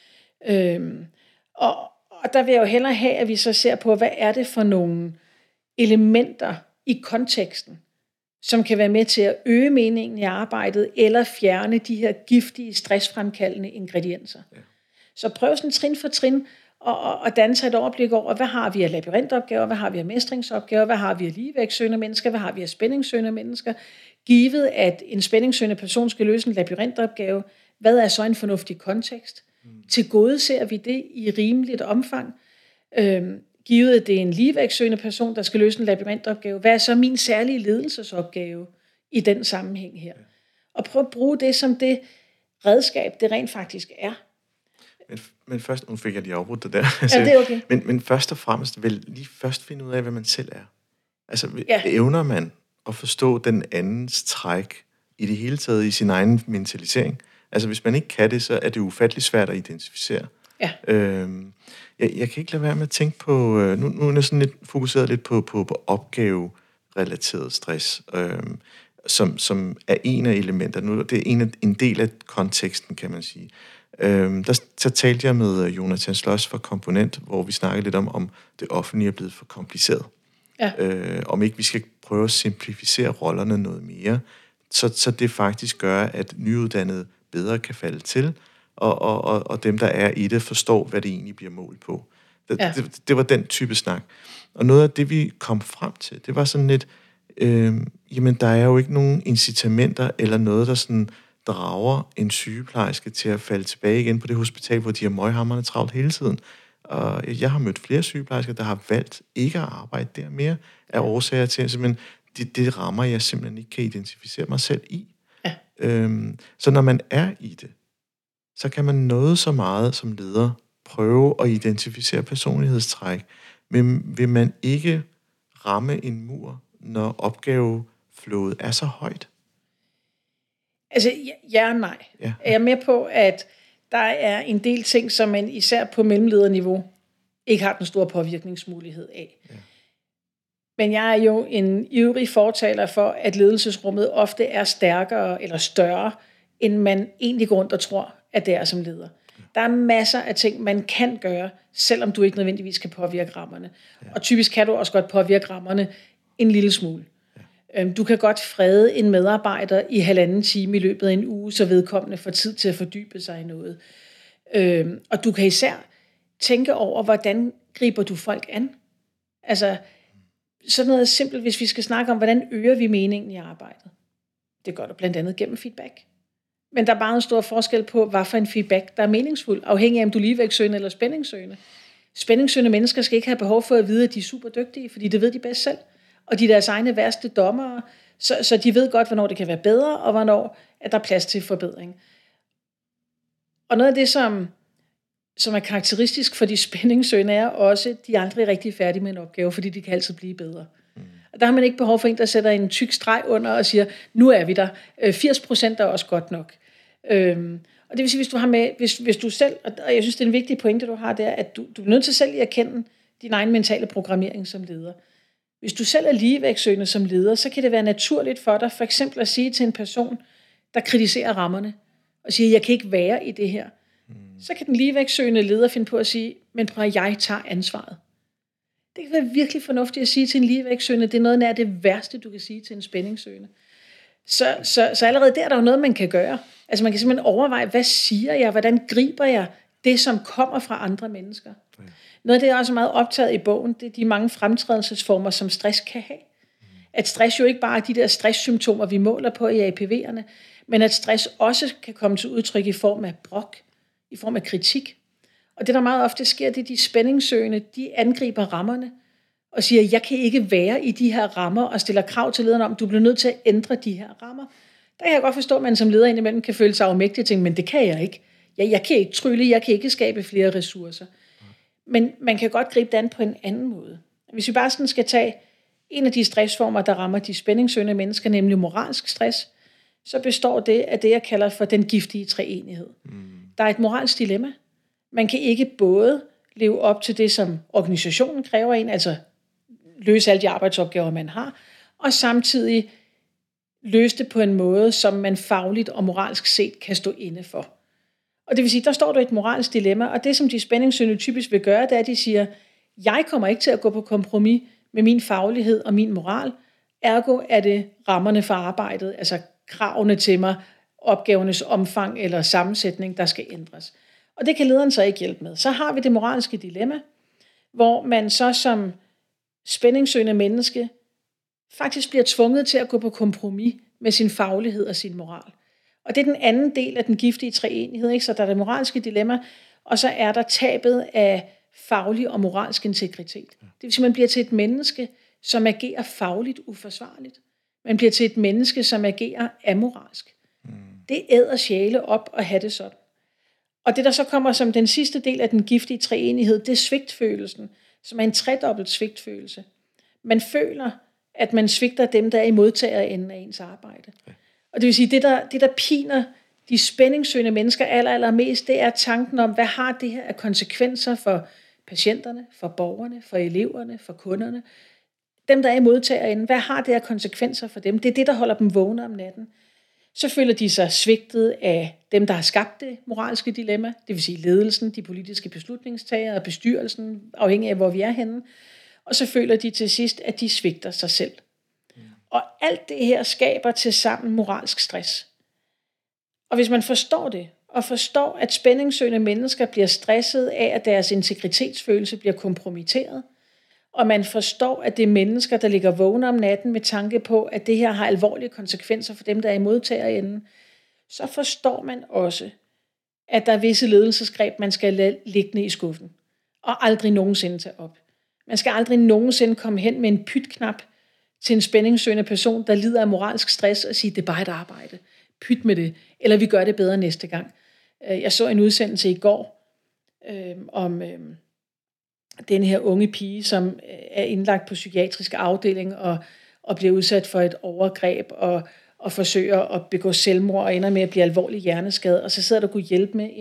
Og der vil jeg jo hellere have, at vi så ser på, hvad er det for nogle elementer i konteksten, som kan være med til at øge meningen i arbejdet, eller fjerne de her giftige, stressfremkaldende ingredienser. Ja. Så prøv sådan trin for trin, og danne sig et overblik over, hvad har vi af labyrintopgaver, hvad har vi af mestringsopgaver, hvad har vi af ligevægtssøgende mennesker, hvad har vi af spændingssøgende mennesker. Givet, at en spændingssøgende person skal løse en labyrintopgave, hvad er så en fornuftig kontekst? Tilgodeser vi det i rimeligt omfang? Givet, at det er en ligevægtssøgende person, der skal løse en labyrintopgave, hvad er så min særlige ledelsesopgave i den sammenhæng her? Og prøv at bruge det som det redskab, det rent faktisk er. Men først, nu fik jeg lige afbrudt det der. Ja, det er okay. Men først og fremmest vil lige først finde ud af, hvad man selv er. Altså, evner man at forstå den andens træk i det hele taget i sin egen mentalisering? Altså, hvis man ikke kan det, så er det ufatteligt svært at identificere. Ja. Jeg kan ikke lade være med at tænke på, nu er jeg sådan lidt fokuseret lidt på opgave relateret stress, som er en af elementerne. Det er en del af konteksten, kan man sige. Så talte jeg med Jonathan Schloss fra Komponent, hvor vi snakkede lidt om det offentlige er blevet for kompliceret. Ja. Om ikke vi skal prøve at simplificere rollerne noget mere, så det faktisk gør, at nyuddannede bedre kan falde til, og dem, der er i det, forstår, hvad det egentlig bliver målt på. Det var den type snak. Og noget af det, vi kom frem til, det var sådan lidt, jamen, der er jo ikke nogen incitamenter eller noget, der sådan drager en sygeplejerske til at falde tilbage igen på det hospital, hvor de har møghamrende travlt hele tiden. Og jeg har mødt flere sygeplejersker, der har valgt ikke at arbejde der mere, af årsager til, men det rammer jeg simpelthen ikke kan identificere mig selv i. Ja. Så når man er i det, så kan man noget så meget som leder prøve at identificere personlighedstræk, men vil man ikke ramme en mur, når opgaveflowet er så højt? Altså, ja og nej. Ja. Jeg er med på, at der er en del ting, som man især på mellemlederniveau ikke har den store påvirkningsmulighed af. Ja. Men jeg er jo en ivrig fortaler for, at ledelsesrummet ofte er stærkere eller større, end man egentlig går rundt og tror, at det er som leder. Ja. Der er masser af ting, man kan gøre, selvom du ikke nødvendigvis kan påvirke rammerne. Ja. Og typisk kan du også godt påvirke rammerne en lille smule. Du kan godt frede en medarbejder i 1,5 time i løbet af en uge, så vedkommende får tid til at fordybe sig i noget. Og du kan især tænke over, hvordan griber du folk an? Altså, sådan noget simpelt, hvis vi skal snakke om, hvordan øger vi meningen i arbejdet. Det gør du blandt andet gennem feedback. Men der er bare en stor forskel på, hvad for en feedback, der er meningsfuld, afhængig af, om du er ligevægtssøgende eller spændingssøgende. Spændingssøgende mennesker skal ikke have behov for at vide, at de er super dygtige, fordi det ved de bedst selv. Og de er deres egne værste dommere, så de ved godt, hvornår det kan være bedre, og hvornår at der er plads til forbedring. Og noget af det, som er karakteristisk for de spændingssøgende, er også, at de er aldrig rigtig færdige med en opgave, fordi de kan altid blive bedre. Og der har man ikke behov for en, der sætter en tyk streg under og siger, nu er vi der. 80% er også godt nok. Og det vil sige, hvis du har med, hvis du selv, og jeg synes, det er en vigtig pointe, du har, det er, at du er nødt til selv at erkende din egen mentale programmering som leder. Hvis du selv er ligevægtssøgende som leder, så kan det være naturligt for dig, for eksempel at sige til en person, der kritiserer rammerne, og siger, jeg kan ikke være i det her. Så kan den ligevægtssøgende leder finde på at sige, men prøv at jeg tager ansvaret. Det kan være virkelig fornuftigt at sige til en ligevægtssøgende, det er noget nær det værste, du kan sige til en spændingssøgende. Så allerede der er der jo noget, man kan gøre. Altså man kan simpelthen overveje, hvad siger jeg, hvordan griber jeg det, som kommer fra andre mennesker. Ja. Noget af det, jeg også er meget optaget i bogen, det er de mange fremtrædelsesformer, som stress kan have. At stress jo ikke bare er de der stresssymptomer, vi måler på i APV'erne, men at stress også kan komme til udtryk i form af brok, i form af kritik. Og det, der meget ofte sker, det er de spændingssøgende, de angriber rammerne og siger, jeg kan ikke være i de her rammer, og stiller krav til lederen om, du bliver nødt til at ændre de her rammer. Der kan jeg godt forstå, at man som leder indimellem kan føle sig afmægtig og tænke, men det kan jeg ikke. Jeg kan ikke trylle, jeg kan ikke skabe flere ressourcer. Men man kan godt gribe det an på en anden måde. Hvis vi bare sådan skal tage en af de stressformer, der rammer de spændingssøgende mennesker, nemlig moralsk stress, så består det af det, jeg kalder for den giftige treenighed. Der er et moralsk dilemma. Man kan ikke både leve op til det, som organisationen kræver en, altså løse alle de arbejdsopgaver, man har, og samtidig løse det på en måde, som man fagligt og moralsk set kan stå inde for. Og det vil sige, der står der et moralsk dilemma, og det, som de spændingssøgende typisk vil gøre, det er, at de siger, jeg kommer ikke til at gå på kompromis med min faglighed og min moral, ergo er det rammerne for arbejdet, altså kravene til mig, opgavernes omfang eller sammensætning, der skal ændres. Og det kan lederen så ikke hjælpe med. Så har vi det moralske dilemma, hvor man så som spændingssøgende menneske faktisk bliver tvunget til at gå på kompromis med sin faglighed og sin moral. Og det er den anden del af den giftige treenighed, ikke? Så der er det moralske dilemma, og så er der tabet af faglig og moralsk integritet. Det vil sige, man bliver til et menneske, som agerer fagligt uforsvarligt. Man bliver til et menneske, som agerer amoralsk. Det æder sjæle op at have det sådan. Og det, der så kommer som den sidste del af den giftige treenighed, det er svigtfølelsen, som er en tredobbelt svigtfølelse. Man føler, at man svigter dem, der er i modtagerenden af ens arbejde. Og det vil sige, det der piner de spændingssøgende mennesker allermest, det er tanken om, hvad har det her af konsekvenser for patienterne, for borgerne, for eleverne, for kunderne. dem, der er i modtagerenden, hvad har det af konsekvenser for dem? Det er det, der holder dem vågne om natten. Så føler de sig svigtet af dem, der har skabt det moralske dilemma, det vil sige ledelsen, de politiske beslutningstagere og bestyrelsen, afhængig af, hvor vi er henne. Og så føler de til sidst, at de svigter sig selv. Og alt det her skaber til sammen moralsk stress. Og hvis man forstår det, og forstår, at spændingssøgende mennesker bliver stresset af, at deres integritetsfølelse bliver kompromitteret, og man forstår, at det er mennesker, der ligger vågne om natten med tanke på, at det her har alvorlige konsekvenser for dem, der er i modtagerenden, så forstår man også, at der er visse ledelsesgreb, man skal lade liggende i skuffen, og aldrig nogensinde tage op. Man skal aldrig nogensinde komme hen med en pytknap til en spændingssøgende person, der lider af moralsk stress, og sige, det er bare et arbejde. Pyt med det, eller vi gør det bedre næste gang. Jeg så en udsendelse i går om den her unge pige, som er indlagt på psykiatrisk afdeling og bliver udsat for et overgreb og forsøger at begå selvmord og ender med at blive alvorlig hjerneskadet. Og så sidder der og kunne hjælpe med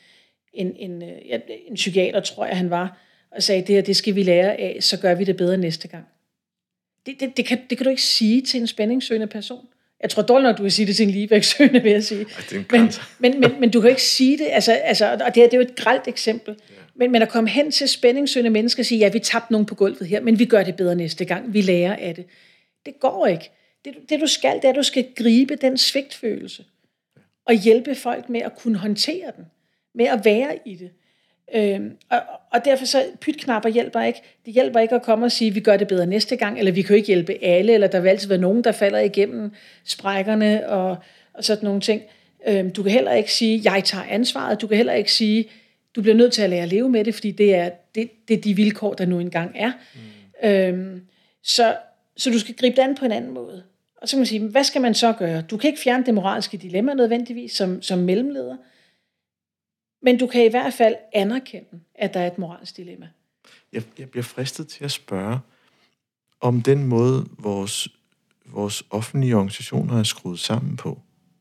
en psykiater, tror jeg han var, og sagde, det her, det skal vi lære af, så gør vi det bedre næste gang. Det kan du ikke sige til en spændingssøgende person. Jeg tror dårligt nok, du kan sige det til en ligevægtssøgende, vil jeg sige. Men du kan ikke sige det, og det er jo et grelt eksempel. Ja. Men at komme hen til spændingssøgende mennesker og sige, ja, vi tabte nogen på gulvet her, men vi gør det bedre næste gang, vi lærer af det. Det går ikke. Det du skal, det er, at du skal gribe den svigtfølelse og hjælpe folk med at kunne håndtere den, med at være i det. Og derfor så pytknapper hjælper ikke. Det hjælper ikke at komme og sige, vi gør det bedre næste gang, eller vi kan jo ikke hjælpe alle, eller der vil altid være nogen, der falder igennem sprækkerne og sådan nogle ting. Du kan heller ikke sige, jeg tager ansvaret. Du kan heller ikke sige, du bliver nødt til at lære at leve med det, fordi det er de vilkår, der nu engang er. Så du skal gribe det an på en anden måde. Og så kan man sige, hvad skal man så gøre? Du kan ikke fjerne det moralske dilemma nødvendigvis som mellemleder, men du kan i hvert fald anerkende, at der er et moralsk dilemma. Jeg bliver fristet til at spørge, om den måde, vores offentlige organisationer er skruet sammen på,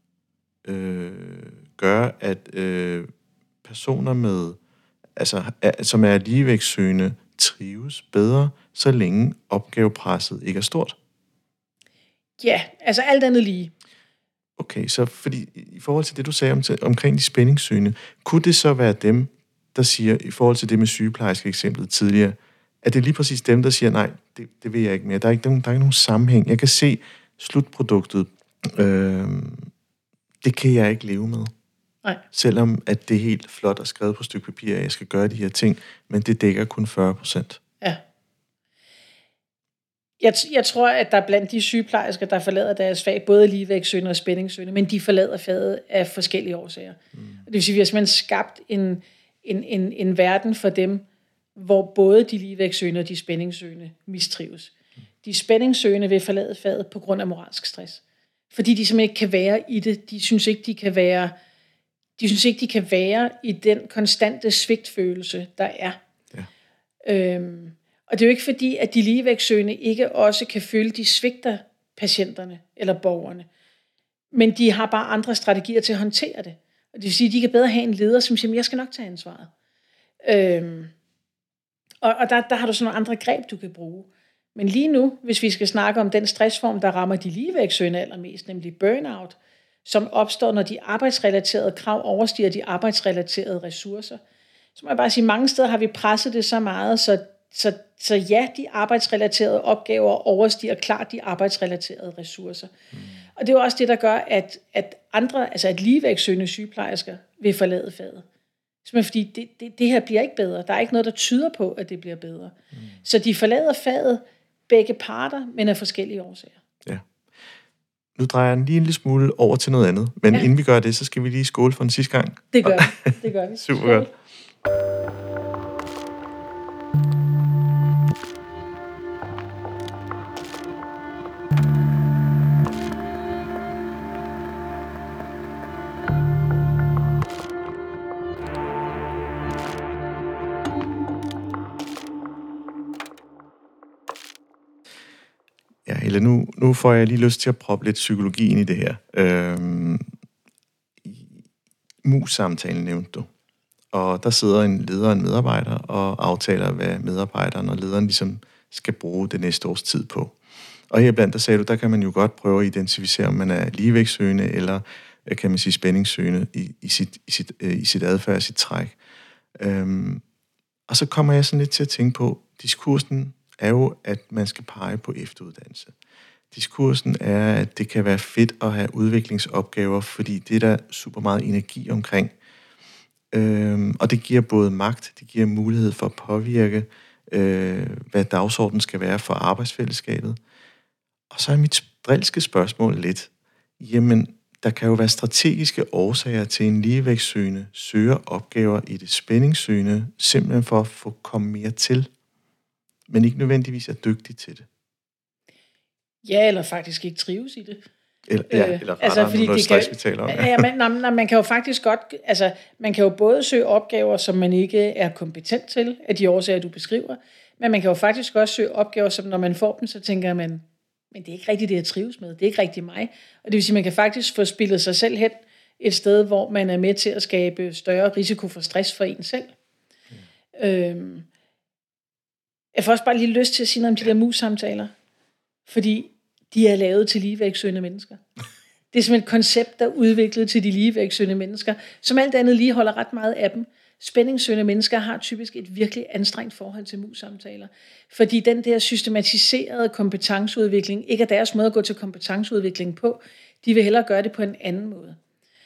gør, at personer med, som er ligevægtssøgende, trives bedre, så længe opgavepresset ikke er stort. Ja, altså alt andet lige. Okay, så fordi i forhold til det, du sagde omkring de spændingssøgende, kunne det så være dem, der siger, i forhold til det med sygeplejerske eksemplet tidligere, at det er lige præcis dem, der siger, nej, det vil jeg ikke mere. Der er ikke nogen sammenhæng. Jeg kan se slutproduktet. Det kan jeg ikke leve med. Nej. Selvom at det er helt flot og skrevet på et stykke papir, at jeg skal gøre de her ting, men det dækker kun 40%. Ja. Jeg tror, at der er blandt de sygeplejersker, der forlader deres fag, både ligevægtssøgende og spændingssøgende, men de forlader faget af forskellige årsager. Det vil sige, at vi har simpelthen skabt en verden for dem, hvor både de ligevægtssøgende og de spændingssøgende mistrives. De spændingssøgende vil forlade faget på grund af moralsk stress. Fordi de simpelthen ikke kan være i det. De synes ikke, de kan være i den konstante svigtfølelse, der er. Ja. Og det er jo ikke fordi, at de ligevægtssøgende ikke også kan føle, de svigter patienterne eller borgerne. Men de har bare andre strategier til at håndtere det. Og det vil sige, at de kan bedre have en leder, som siger, jeg skal nok tage ansvaret. Og der har du sådan nogle andre greb, du kan bruge. Men lige nu, hvis vi skal snakke om den stressform, der rammer de ligevægtssøgende allermest, nemlig burnout, som opstår, når de arbejdsrelaterede krav overstiger de arbejdsrelaterede ressourcer, så må jeg bare sige, at mange steder har vi presset det så meget, så ja, de arbejdsrelaterede opgaver overstiger klart de arbejdsrelaterede ressourcer. Og det er jo også det, der gør, at andre, altså at ligevægtssøgende sygeplejersker vil forlade faget. Simpelthen fordi det her bliver ikke bedre. Der er ikke noget, der tyder på, at det bliver bedre. Så de forlader faget begge parter, men af forskellige årsager. Ja. Nu drejer jeg lige en lille smule over til noget andet. Men inden vi gør det, så skal vi lige skåle for den sidste gang. Det gør vi. Super godt. Ja, eller nu får jeg lige lyst til at proppe lidt psykologi ind i det her. Mus-samtalen nævnte du. Og der sidder en leder og en medarbejder og aftaler, hvad medarbejderen og lederen ligesom skal bruge det næste års tid på. Og heriblandt, der sagde du, der kan man jo godt prøve at identificere, om man er ligevægtssøgende eller, kan man sige, spændingssøgende i sit adfærd, sit træk. Og så kommer jeg sådan lidt til at tænke på, diskursen er jo, at man skal pege på efteruddannelse. Diskursen er, at det kan være fedt at have udviklingsopgaver, fordi det er der super meget energi omkring. Og det giver både magt, det giver mulighed for at påvirke, hvad dagsordenen skal være for arbejdsfællesskabet. Og så er mit drilske spørgsmål lidt, jamen, der kan jo være strategiske årsager til en ligevægtssøgende søger opgaver i det spændingssøgende, simpelthen for at få komme mere til, men ikke nødvendigvis er dygtig til det. Ja, eller faktisk ikke trives i det. Eller rettere noget stress, vi taler om. Ja, man kan jo faktisk godt, altså man kan jo både søge opgaver, som man ikke er kompetent til, af de årsager, du beskriver, men man kan jo faktisk også søge opgaver, som når man får dem, så tænker man, men det er ikke rigtigt det, jeg trives med, det er ikke rigtigt mig. Og det vil sige, man kan faktisk få spillet sig selv hen et sted, hvor man er med til at skabe større risiko for stress for en selv. Jeg får også bare lige lyst til at sige noget om de der mus-samtaler, fordi de er lavet til ligevægtssøgende mennesker. Det er som et koncept, der er udviklet til de ligevægtssøgende mennesker, som alt andet lige holder ret meget af dem. Spændingssøgende mennesker har typisk et virkelig anstrengt forhold til mus-samtaler, fordi den der systematiserede kompetenceudvikling ikke er deres måde at gå til kompetenceudvikling på. De vil hellere gøre det på en anden måde.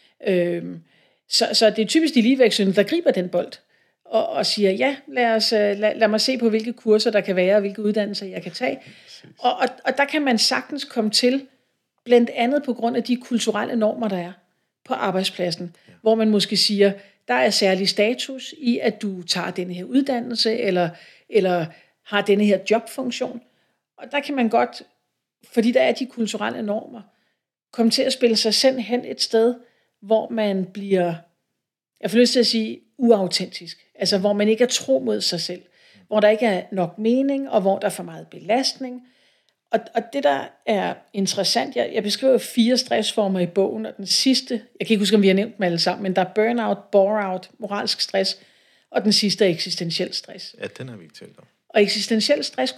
Så det er typisk de ligevægtssøgende, der griber den bold og siger, ja, lad mig se på, hvilke kurser der kan være, og hvilke uddannelser jeg kan tage. Og der kan man sagtens komme til, blandt andet på grund af de kulturelle normer, der er på arbejdspladsen, hvor man måske siger, der er særlig status i, at du tager denne her uddannelse, eller har denne her jobfunktion. Og der kan man godt, fordi der er de kulturelle normer, komme til at spille sig selv hen et sted, hvor man bliver, jeg får lyst til at sige, uautentisk. Altså hvor man ikke er tro mod sig selv. Hvor der ikke er nok mening, og hvor der er for meget belastning. Og det, der er interessant, jeg beskriver 4 stressformer i bogen, og den sidste, jeg kan ikke huske, om vi har nævnt dem alle sammen, men der er burnout, bore-out, moralsk stress, og den sidste er eksistentiel stress. Ja, den har vi ikke talt om. Og eksistentiel stress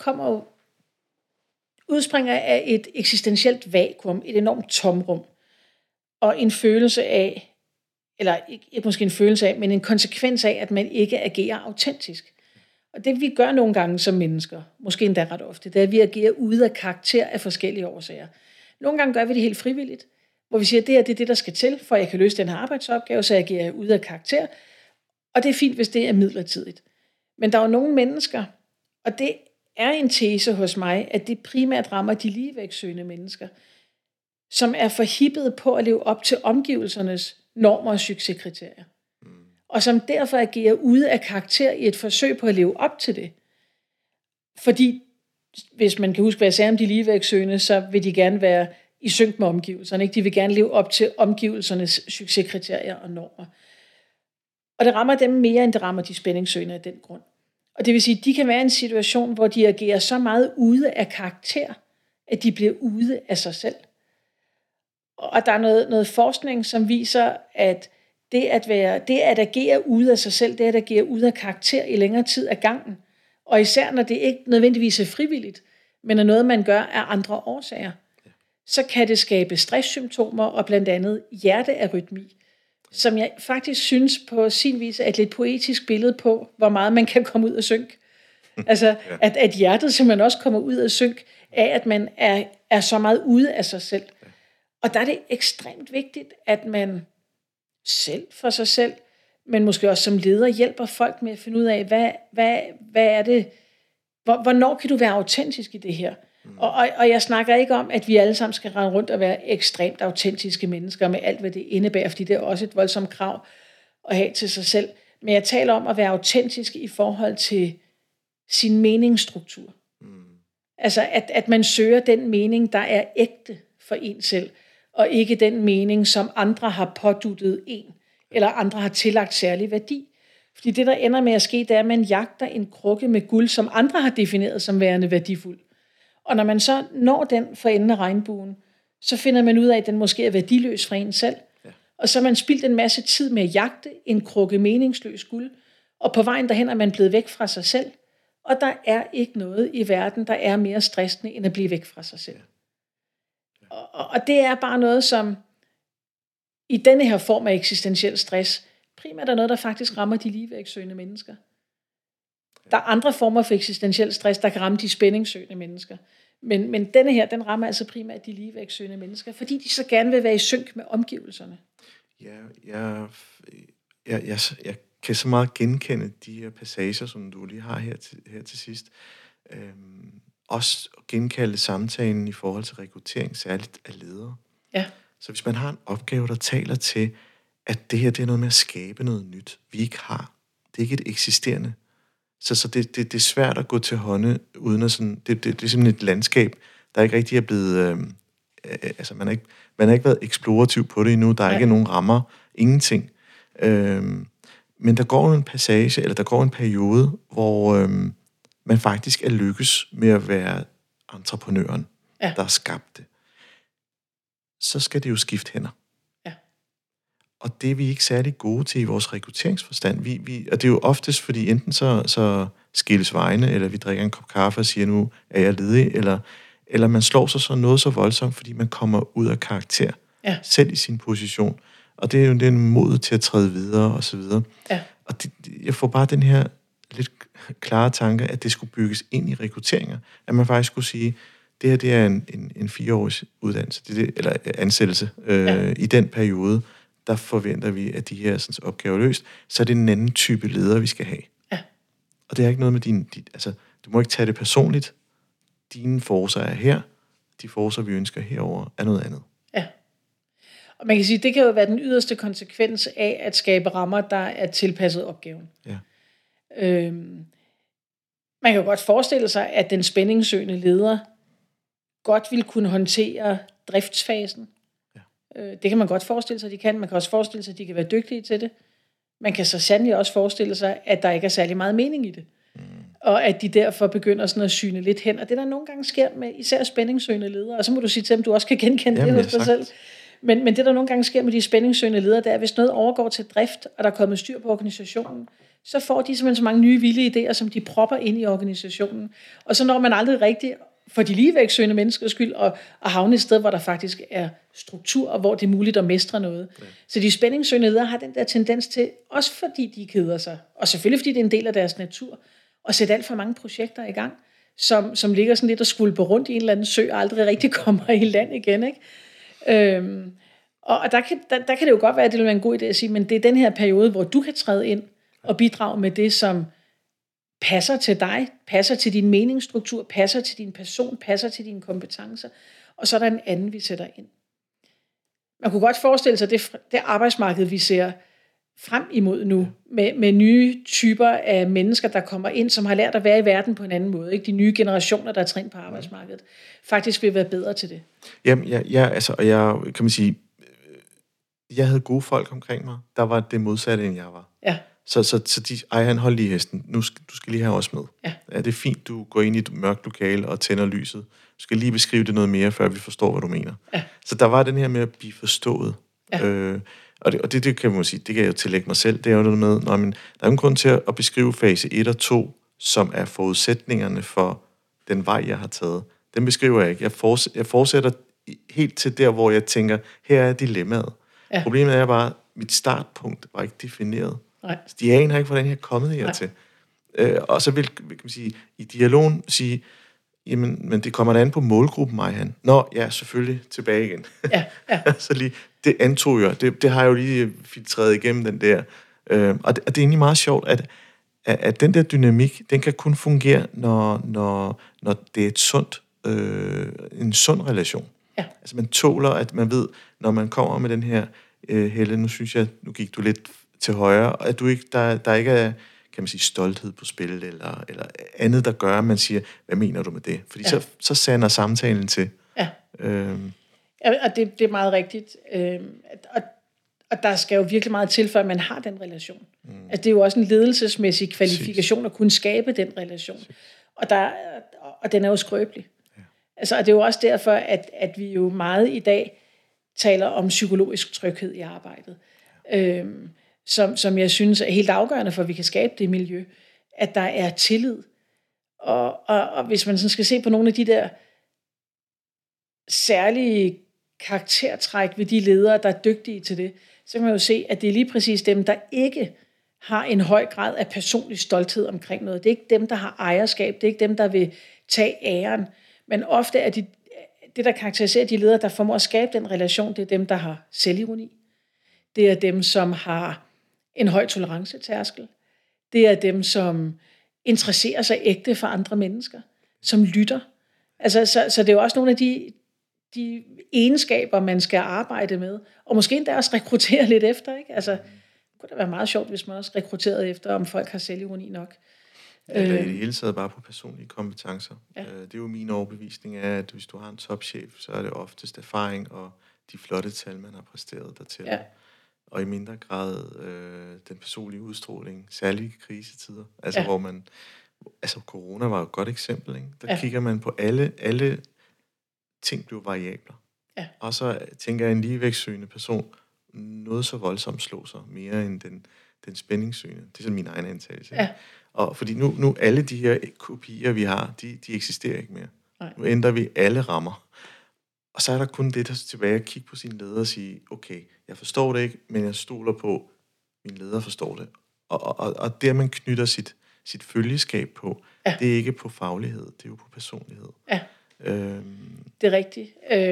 udspringer af et eksistentielt vakuum, et enormt tomrum, og en følelse af, eller ikke måske en følelse af, men en konsekvens af, at man ikke agerer autentisk. Og det vi gør nogle gange som mennesker, måske endda ret ofte, det er, at vi agerer ude af karakter af forskellige årsager. Nogle gange gør vi det helt frivilligt, hvor vi siger, at det er det, der skal til, for at jeg kan løse den her arbejdsopgave, så jeg agerer ude af karakter. Og det er fint, hvis det er midlertidigt. Men der er jo nogle mennesker, og det er en tese hos mig, at det primært rammer de ligevægtssøgende mennesker, som er forhippet på at leve op til omgivelsernes normer og succeskriterier. Og som derfor agerer ude af karakter i et forsøg på at leve op til det. Fordi, hvis man kan huske, hvad jeg sagde om de ligevægtssøgende, så vil de gerne være i synk med omgivelserne. Ikke? De vil gerne leve op til omgivelsernes succeskriterier og normer. Og det rammer dem mere, end det rammer de spændingssøgende af den grund. Og det vil sige, at de kan være i en situation, hvor de agerer så meget ude af karakter, at de bliver ude af sig selv. Og der er noget forskning, som viser, at det at agere ude af sig selv, det at agere ude af karakter i længere tid af gangen, og især når det ikke nødvendigvis er frivilligt, men er noget, man gør af andre årsager, så kan det skabe stresssymptomer og blandt andet hjertearytmi, som jeg faktisk synes på sin vis er et lidt poetisk billede på, hvor meget man kan komme ud af synk. Altså, at hjertet simpelthen også kommer ud af synk af, at man er så meget ude af sig selv. Og der er det ekstremt vigtigt, at man selv for sig selv, men måske også som leder, hjælper folk med at finde ud af, hvad er det, hvornår kan du være autentisk i det her? Og jeg snakker ikke om, at vi alle sammen skal rende rundt og være ekstremt autentiske mennesker med alt, hvad det indebærer, fordi det er også et voldsomt krav at have til sig selv. Men jeg taler om at være autentisk i forhold til sin meningsstruktur. Altså, at man søger den mening, der er ægte for en selv, og ikke den mening, som andre har påduttet en, eller andre har tillagt særlig værdi. Fordi det, der ender med at ske, det er, at man jagter en krukke med guld, som andre har defineret som værende værdifuld. Og når man så når den for enden af regnbuen, så finder man ud af, at den måske er værdiløs fra en selv. Ja. Og så har man spildt en masse tid med at jagte en krukke meningsløs guld, og på vejen derhen er man blevet væk fra sig selv, Og der er ikke noget i verden, der er mere stressende, end at blive væk fra sig selv. Og det er bare noget, som i denne her form af eksistentiel stress, primært er noget, der faktisk rammer de ligevægtssøgende mennesker. Der er andre former for eksistentiel stress, der kan ramme de spændingssøgende mennesker. Men denne her, den rammer altså primært de ligevægtssøgende mennesker, fordi de så gerne vil være i synk med omgivelserne. Ja, jeg kan så meget genkende de her passager, som du lige har her til sidst. Også genkalde samtalen i forhold til rekruttering, særligt af ledere. Ja. Så hvis man har en opgave, der taler til, at det her det er noget med at skabe noget nyt, vi ikke har. Det er ikke et eksisterende. Så det er svært at gå til hånde, uden at sådan... Det er simpelthen et landskab, der ikke rigtig er blevet... man har ikke været eksplorativ på det endnu. Der er ikke nogen rammer. Ingenting. Men der går en passage, eller der går en periode, hvor man faktisk er lykkes med at være entreprenøren, der har skabt det. Så skal det jo skifte hænder. Ja. Og det er vi ikke særlig gode til i vores rekrutteringsforstand. Og det er jo oftest, fordi enten så skilles vejene, eller vi drikker en kop kaffe og siger, nu er jeg ledig, eller man slår sig så noget så voldsomt, fordi man kommer ud af karakter, selv i sin position. Og det er jo den mod til at træde videre, og så videre. Ja. Og jeg får bare den her lidt klare tanke, at det skulle bygges ind i rekrutteringer. At man faktisk skulle sige, det her det er en 4-årig uddannelse, eller ansættelse. I den periode, der forventer vi, at de her sådan, opgaver er løst. Så er det en anden type leder, vi skal have. Ja. Og det er ikke noget med altså, du må ikke tage det personligt. Dine forcer er her. De forcer, vi ønsker herover er noget andet. Ja. Og man kan sige, det kan jo være den yderste konsekvens af at skabe rammer, der er tilpasset opgaven. Ja. Man kan jo godt forestille sig, at den spændingssøgende leder godt vil kunne håndtere driftsfasen. Ja. Det kan man godt forestille sig, de kan. Man kan også forestille sig, at de kan være dygtige til det. Man kan så sandelig også forestille sig, at der ikke er særlig meget mening i det. Og at de derfor begynder sådan at syne lidt hen. Og det der nogle gange sker med især spændingssøgende ledere, og så må du sige til dem, du også kan genkende det hos dig selv. Men det der nogle gange sker med de spændingssøgende ledere, det er, hvis noget overgår til drift, og der er kommet styr på organisationen, så får de simpelthen så mange nye vilde idéer, som de propper ind i organisationen. Og så når man aldrig rigtig for de ligevægtssøgende menneskers skyld, og havne et sted, hvor der faktisk er struktur, og hvor det er muligt at mestre noget. Ja. Så de spændingssøgende ledere har den der tendens til, også fordi de keder sig, og selvfølgelig fordi det er en del af deres natur, at sætte alt for mange projekter i gang, som ligger sådan lidt og skvulper rundt i en eller anden sø, og aldrig rigtig kommer i land igen, ikke? Og der kan det jo godt være, at det vil være en god idé at sige, men det er den her periode, hvor du kan træde ind og bidrage med det, som passer til dig, passer til din meningsstruktur, passer til din person, passer til dine kompetencer, og så er der en anden, vi sætter ind. Man kunne godt forestille sig det arbejdsmarked, vi ser frem imod nu, med nye typer af mennesker, der kommer ind, som har lært at være i verden på en anden måde. Ikke? De nye generationer, der er trænet på arbejdsmarkedet, faktisk vil være bedre til det. Jamen, jeg kan man sige, jeg havde gode folk omkring mig, der var det modsatte, end jeg var. Ja. Så han hold lige hesten. Du skal lige have os med. Ja. Det er fint, du går ind i et mørkt lokale og tænder lyset. Du skal lige beskrive det noget mere, før vi forstår, hvad du mener. Ja. Så der var den her med at blive forstået. Ja. Og det kan man sige, det kan jeg jo tillægge mig selv. Det er jo noget med, der er jo en grund til at beskrive fase 1 og 2, som er forudsætningerne for den vej, jeg har taget. Den beskriver jeg ikke. Jeg fortsætter helt til der, hvor jeg tænker, her er dilemmaet. Ja. Problemet er bare, mit startpunkt var ikke defineret. Nej. De aner ikke, hvordan jeg er kommet hertil. Og så vil kan man sige, i dialogen sige, jamen, men det kommer da an på målgruppen, han. Nå, ja, selvfølgelig, tilbage igen. Ja. Så lige, det antog jeg. Det har jeg jo lige filtreret igennem den der. Og det er egentlig meget sjovt, at den der dynamik, den kan kun fungere, når det er et sundt, en sund relation. Ja. Altså man tåler, at man ved, når man kommer med den her, Helle, nu synes jeg, nu gik du lidt til højre, at du ikke, der ikke er, kan man sige, stolthed på spil, eller andet, der gør, at man siger, hvad mener du med det? Fordi så sander samtalen til. Ja. Og det er meget rigtigt. Og der skal jo virkelig meget til, for at man har den relation. Altså, det er jo også en ledelsesmæssig kvalifikation at kunne skabe den relation. Og den er jo skrøbelig. Ja. Altså, og det er jo også derfor, at vi jo meget i dag taler om psykologisk tryghed i arbejdet. Ja. Som jeg synes er helt afgørende for, at vi kan skabe det miljø. At der er tillid. Og hvis man sådan skal se på nogle af de der særlige karaktertræk ved de ledere, der er dygtige til det, så kan man jo se, at det er lige præcis dem, der ikke har en høj grad af personlig stolthed omkring noget. Det er ikke dem, der har ejerskab. Det er ikke dem, der vil tage æren. Men ofte er det, der karakteriserer de ledere, der formår at skabe den relation, det er dem, der har selvironi. Det er dem, som har en høj tolerancetærskel. Det er dem, som interesserer sig ægte for andre mennesker, som lytter. Altså, så det er jo også nogle af de egenskaber, man skal arbejde med, og måske endda også rekruttere lidt efter, ikke? Altså, det kunne da være meget sjovt, hvis man også rekrutterede efter, om folk har selvironi nok. Eller i det hele taget bare på personlige kompetencer. Ja. Det er jo min overbevisning af, at hvis du har en topchef, så er det oftest erfaring og de flotte tal, man har præsteret dertil. Ja. Og i mindre grad den personlige udstråling, særligt i krisetider. Altså hvor man... Altså corona var jo et godt eksempel, ikke? Der kigger man på alle ting blev variabler. Ja. Og så tænker jeg, en ligevægtssøgende person noget så voldsomt slår sig mere end den spændingssøgende. Det er sådan min egen antagelse. Ja. Og fordi nu alle de her kopier, vi har, de eksisterer ikke mere. Nej. Nu ændrer vi alle rammer. Og så er der kun det, der er tilbage at kigge på sin leder og sige, okay, jeg forstår det ikke, men jeg stoler på, min leder forstår det. Og der man knytter sit følgeskab på, det er ikke på faglighed, det er jo på personlighed. Ja. Det er rigtigt.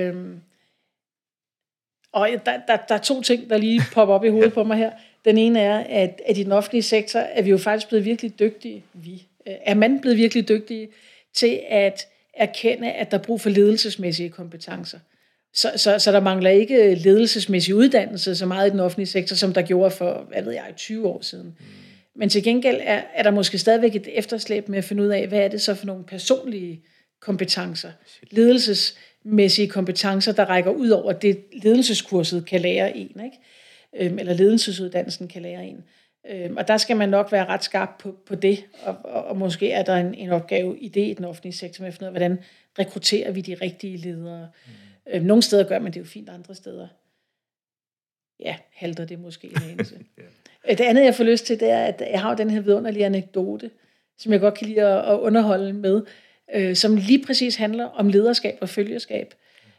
Og der er to ting, der lige popper op i hovedet på mig her. Den ene er, at i den offentlige sektor er vi jo faktisk blevet virkelig dygtige. Er man blevet virkelig dygtige til at erkende, at der er brug for ledelsesmæssige kompetencer. Så der mangler ikke ledelsesmæssig uddannelse så meget i den offentlige sektor, som der gjorde for, 20 år siden. Men til gengæld er der måske stadigvæk et efterslæb med at finde ud af, hvad er det så for nogle personlige kompetencer, ledelsesmæssige kompetencer, der rækker ud over det, ledelseskurset kan lære en, ikke? Eller ledelsesuddannelsen kan lære en. Og der skal man nok være ret skarp på det, og måske er der en opgave i det i den offentlige sektor med at finde ud af, hvordan rekrutterer vi de rigtige ledere. Nogle steder gør man det jo fint, andre steder halter det måske en anelse. Det andet, jeg får lyst til, det er, at jeg har den her vidunderlige anekdote, som jeg godt kan lide at underholde med, som lige præcis handler om lederskab og følgeskab.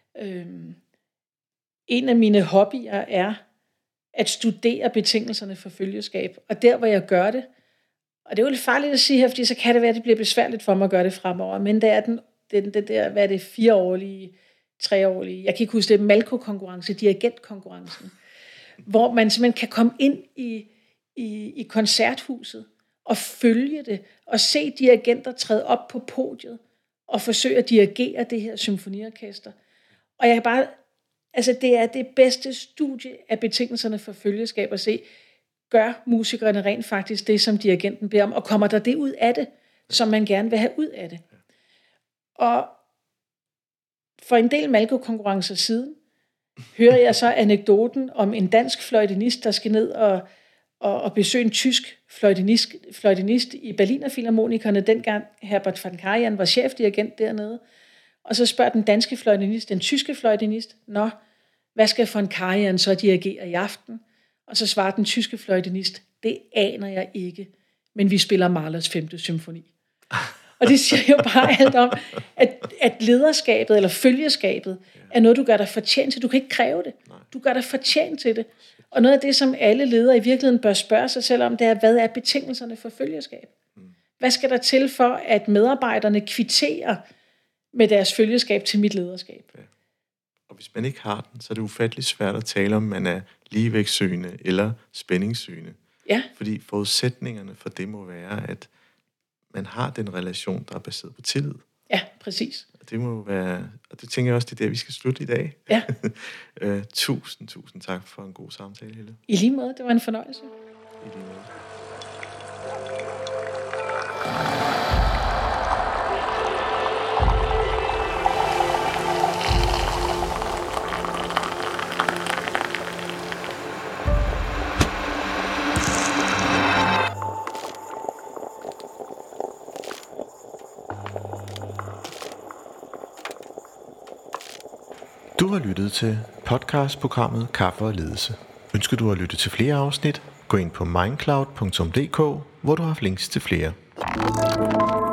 En af mine hobbyer er at studere betingelserne for følgeskab, og der, hvor jeg gør det, og det er jo lidt farligt at sige her, fordi så kan det være, at det bliver besværligt for mig at gøre det fremover, men det er den der, hvad er det, 4-årige, 3-årige, jeg kan ikke huske det, Malko-konkurrence, dirigentkonkurrencen, hvor man simpelthen kan komme ind i koncerthuset og følge det, og se dirigenter træde op på podiet, og forsøge at dirigere det her symfoniorkester. Og jeg kan bare, altså det er det bedste studie af betingelserne for følgeskab at se, gør musikerne rent faktisk det, som dirigenten beder om, og kommer der det ud af det, som man gerne vil have ud af det. Og for en del Malko-konkurrencer siden, hører jeg så anekdoten om en dansk fløjtenist, der skal ned og besøge en tysk fløjtenist i Berliner Philharmonikerne, dengang Herbert von Karajan var chefdirigent dernede. Og så spørger den danske fløjtenist, den tyske fløjtenist, hvad skal von Karajan så dirigere i aften? Og så svarer den tyske fløjtenist, det aner jeg ikke, men vi spiller Mahlers 5. symfoni. Og det siger jo bare alt om, at lederskabet eller følgeskabet er noget, du gør dig fortjent til. Du kan ikke kræve det. Du gør dig fortjent til det. Og noget af det, som alle ledere i virkeligheden bør spørge sig selv om, det er, hvad er betingelserne for følgeskab? Hvad skal der til for, at medarbejderne kvitterer med deres følgeskab til mit lederskab? Ja. Og hvis man ikke har den, så er det ufatteligt svært at tale om, man er ligevægtssøgende eller spændingssøgende. Ja. Fordi forudsætningerne for det må være, at man har den relation, der er baseret på tillid. Ja, præcis. Og det må være, og det tænker jeg også, det er der, vi skal slutte i dag. Ja. Tusind tak for en god samtale, Helle. I lige måde, det var en fornøjelse. I lige måde. Du har lyttet til podcastprogrammet Kaffe og Ledelse. Ønsker du at lytte til flere afsnit? Gå ind på mindcloud.dk, hvor du har links til flere.